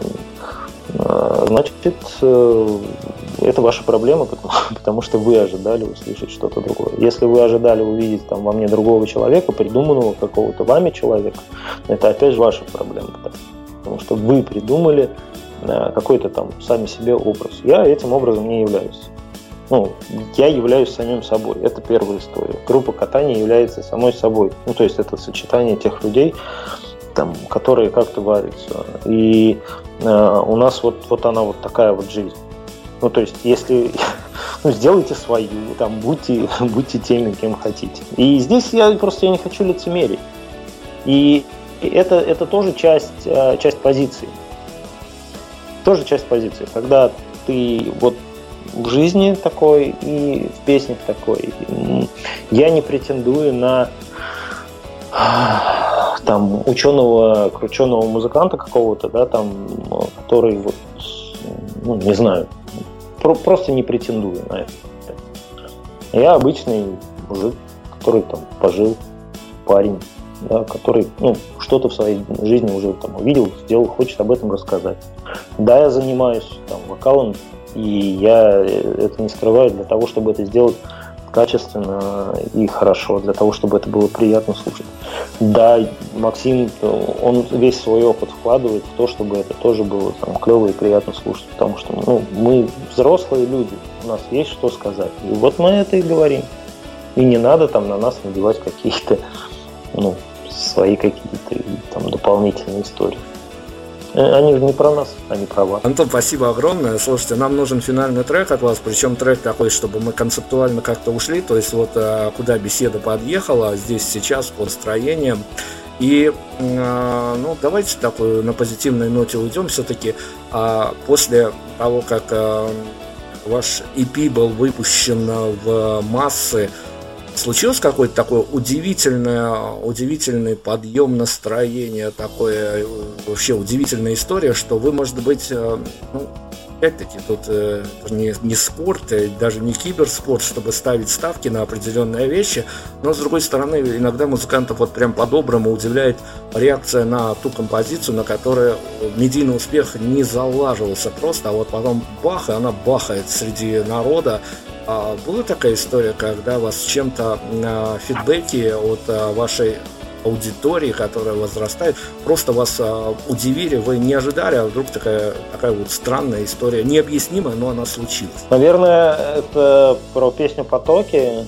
э, значит, э, это ваша проблема, потому, потому что вы ожидали услышать что-то другое. Если вы ожидали увидеть там во мне другого человека, придуманного какого-то вами человека, это опять же ваша проблема, потому что вы придумали э, какой-то там сами себе образ. Я этим образом не являюсь. Ну, я являюсь самим собой. Это первая история. Группа «Катание» является самой собой. Ну, то есть это сочетание тех людей, там, которые как-то варятся. И э, у нас вот, вот она вот такая вот жизнь. Ну, то есть, если ну, сделайте свою, там, будьте, будьте теми, кем хотите. И здесь я просто я не хочу лицемерить. И это, это тоже часть, часть позиции. Тоже часть позиции. Когда ты вот в жизни такой и в песнях такой. Я не претендую на там ученого, крученого музыканта какого-то, да, там, который вот, ну, не знаю, про- просто не претендую на это. Я обычный мужик, который там пожил, парень, да, который, ну, что-то в своей жизни уже там увидел, сделал, хочет об этом рассказать. Да, я занимаюсь там вокалом, и я это не скрываю для того, чтобы это сделать качественно и хорошо, для того, чтобы это было приятно слушать. Да, Максим, он весь свой опыт вкладывает в то, чтобы это тоже было там клево и приятно слушать, потому что, ну, мы взрослые люди, у нас есть что сказать. И вот мы это и говорим. И не надо там на нас надевать какие-то, ну, свои какие-то там дополнительные истории. Они же не про нас, они про вас. Антон, спасибо огромное. Слушайте, нам нужен финальный трек от вас, причем трек такой, чтобы мы концептуально как-то ушли, то есть вот куда беседа подъехала, здесь сейчас по настроениям. И ну, давайте такой на позитивной ноте уйдем все-таки. После того, как ваш и пи был выпущен в массы, случилось какой-то такой удивительный, удивительный подъем настроения, такое вообще удивительная история, что вы, может быть, ну, опять-таки, тут э, не, не спорт, даже не киберспорт, чтобы ставить ставки на определенные вещи, но, с другой стороны, иногда музыкантов вот прям по-доброму удивляет реакция на ту композицию, на которой медийный успех не залаживался просто, а вот потом бах, и она бахает среди народа. А была такая история, когда вас чем-то на фидбэке от а, вашей аудитории, которая возрастает, просто вас а, удивили, вы не ожидали, а вдруг такая, такая вот странная история, необъяснимая, но она случилась? Наверное, это про песню «Потоки».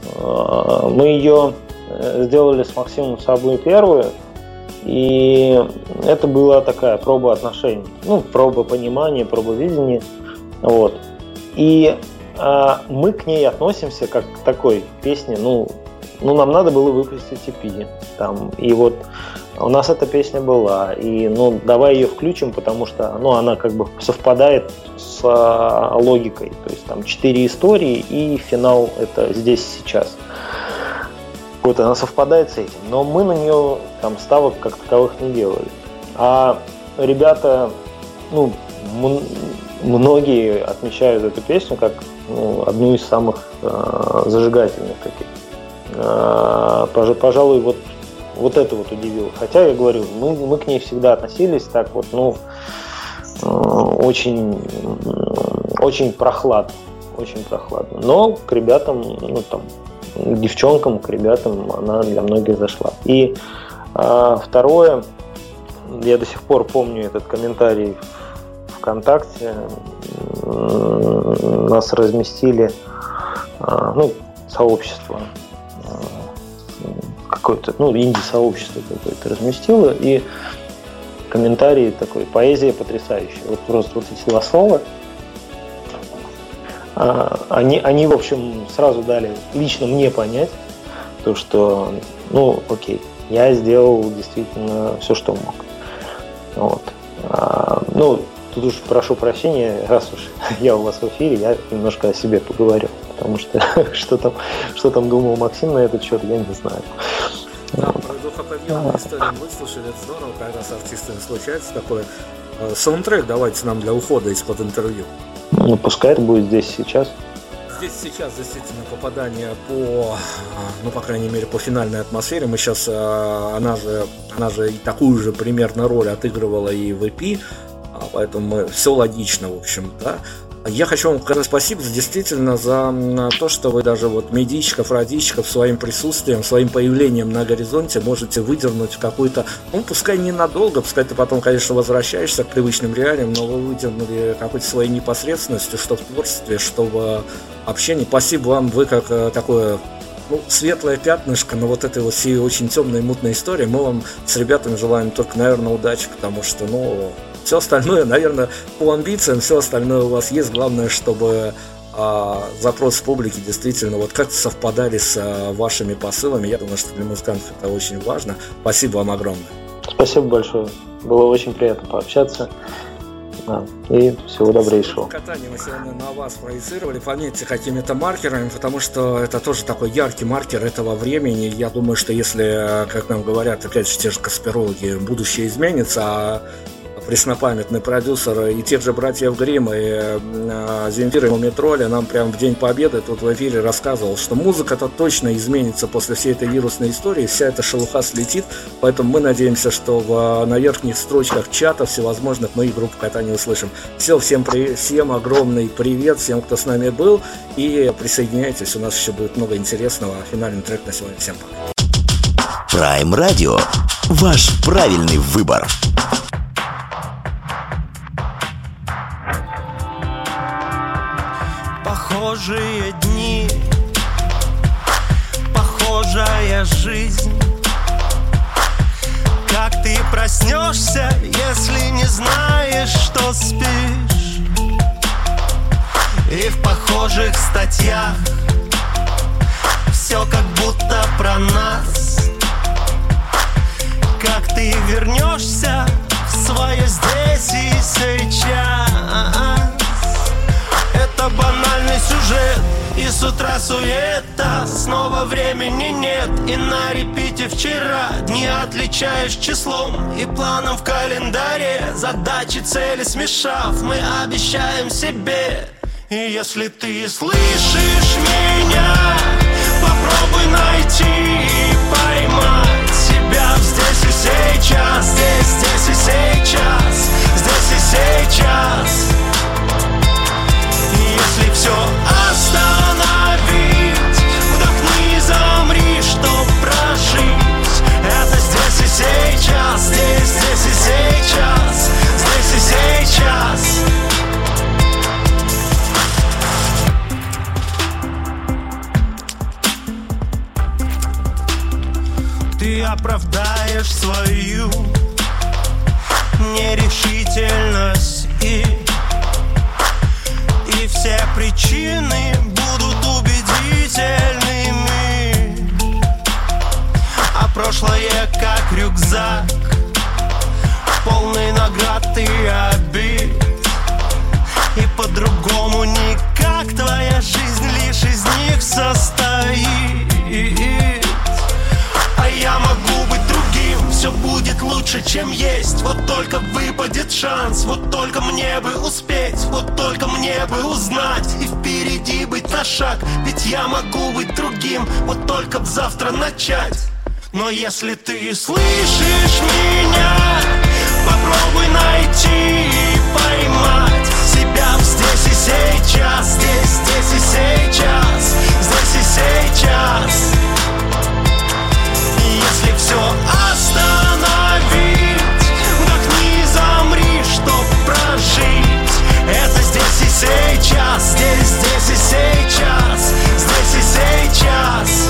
Мы ее сделали с Максимом собой первую, и это была такая проба отношений, ну, проба понимания, проба видения, вот. И мы к ней относимся как к такой песне, ну, ну, нам надо было выпустить и пи. Там, и вот у нас эта песня была. И, ну, давай ее включим, потому что, ну, она как бы совпадает с а, логикой. То есть там четыре истории и финал это здесь сейчас. Вот она совпадает с этим. Но мы на нее там ставок как таковых не делали. А ребята, ну, м- многие отмечают эту песню как ну, одну из самых э, зажигательных каких. Э, пожалуй, вот, вот это вот удивило. Хотя, я говорю, мы, мы к ней всегда относились так вот, ну, э, очень, очень прохладно. Очень прохладно. Но к ребятам, ну, там, к девчонкам, к ребятам она для многих зашла. И э, второе, я до сих пор помню этот комментарий ВКонтакте. Нас разместили, ну, сообщество какое-то, ну, инди-сообщество какое-то разместило, и комментарий такой: поэзия потрясающая. Вот просто вот эти два слова, они, они, в общем, сразу дали лично мне понять, то, что, ну, окей, я сделал действительно все, что мог. Вот. А, ну, тут уж прошу прощения, раз уж я у вас в эфире, я немножко о себе поговорю, потому что что там, что там думал Максим на этот счет, я не знаю. Да, про духоподъемную историю выслушали, это здорово, когда с артистами случается такое. Саундтрек давайте нам для ухода из-под интервью. Ну, пускай это будет здесь сейчас. Здесь сейчас действительно попадание по, ну, по крайней мере, по финальной атмосфере. Мы сейчас, она же, она же и такую же примерно роль отыгрывала и в и пи, поэтому мы, все логично, в общем, да. Я хочу вам сказать спасибо действительно за то, что вы даже вот медийщиков, радищиков своим присутствием, своим появлением на горизонте можете выдернуть какой-то, ну, пускай ненадолго, пускай ты потом, конечно, возвращаешься к привычным реалиям, но вы выдернули какой-то своей непосредственностью, что в творчестве, что в общении. Спасибо вам, вы как такое, ну, светлое пятнышко на вот этой вот всей очень темной и мутной истории. Мы вам с ребятами желаем только, наверное, удачи, потому что, ну, все остальное, наверное, по амбициям, все остальное у вас есть. Главное, чтобы а, запросы публики действительно вот как-то совпадали с а, вашими посылами. Я думаю, что для музыкантов это очень важно. Спасибо вам огромное. Спасибо большое. Было очень приятно пообщаться. Да. И всего добрейшего. Катание мы сегодня на вас проецировали. Пометьте какими-то маркерами, потому что это тоже такой яркий маркер этого времени. Я думаю, что если, как нам говорят, опять же, те же конспирологи, будущее изменится, а преснопамятный продюсер и тех же братьев Гримм и э, Земфира и Мумитроля нам прямо в День Победы тут в эфире рассказывал, что музыка-то точно изменится после всей этой вирусной истории, вся эта шелуха слетит, поэтому мы надеемся, что в, на верхних строчках чатов всевозможных мы и группу Катания услышим. Все, всем, при, всем огромный привет, всем, кто с нами был, и присоединяйтесь, у нас еще будет много интересного. Финальный трек на сегодня. Всем пока. Prime Radio. Ваш правильный выбор. Похожие дни, похожая жизнь. Как ты проснешься, если не знаешь, что спишь? И в похожих статьях все как будто про нас. Как ты вернешься в свое здесь и сейчас? Это банальный сюжет, и с утра суета. Снова времени нет, и на репите вчера. Дни отличаешь числом и планом в календаре. Задачи, цели смешав, мы обещаем себе. И если ты слышишь меня, попробуй найти и поймать себя здесь и сейчас. Здесь, здесь и сейчас, здесь и сейчас. Если все остановить, вдохни и замри, чтоб прожить. Это здесь и сейчас, здесь, здесь и сейчас, здесь и сейчас. Ты оправдаешь свою нерешительность и И все причины будут убедительными. а прошлое как рюкзак, полный наград и обид. И по-другому никак твоя жизнь лишь из них состоит. А я могу быть другим, все будет лучше, чем есть. Вот только выпадет шанс, вот только мне бы успеть, вот только мне бы узнать и впереди быть на шаг. Ведь я могу быть другим, вот только б завтра начать. Но если ты слышишь меня, попробуй найти и поймать себя здесь и сейчас, здесь, здесь и сейчас, здесь и сейчас. И если все остановить, вдохни, замри, чтоб прожить. Это здесь и сейчас, здесь, здесь и сейчас, здесь и сейчас.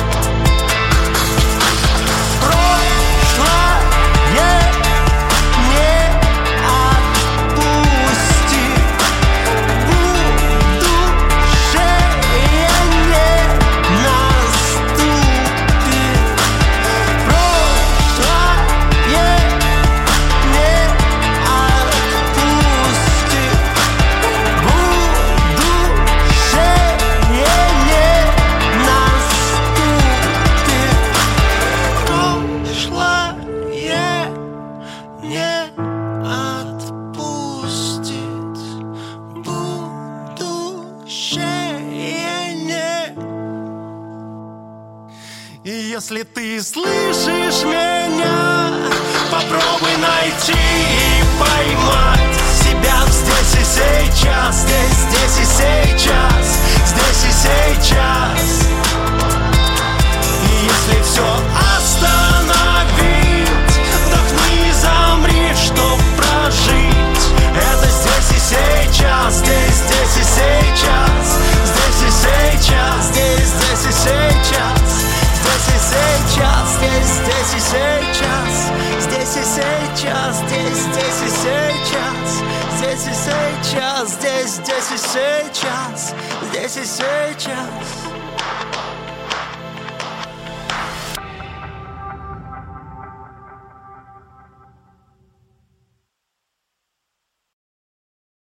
Если ты слышишь меня, попробуй найти и поймать себя здесь и сейчас, здесь, здесь и сейчас, здесь и сейчас. И если все остановить, вдохни, замри, чтоб прожить. Это здесь и сейчас, здесь, здесь и сейчас, здесь и сейчас, здесь, здесь и сейчас. Здесь и сейчас, здесь, здесь и сейчас, здесь и сейчас, здесь, здесь и сейчас, здесь и сейчас, здесь, здесь и сейчас, здесь и сейчас.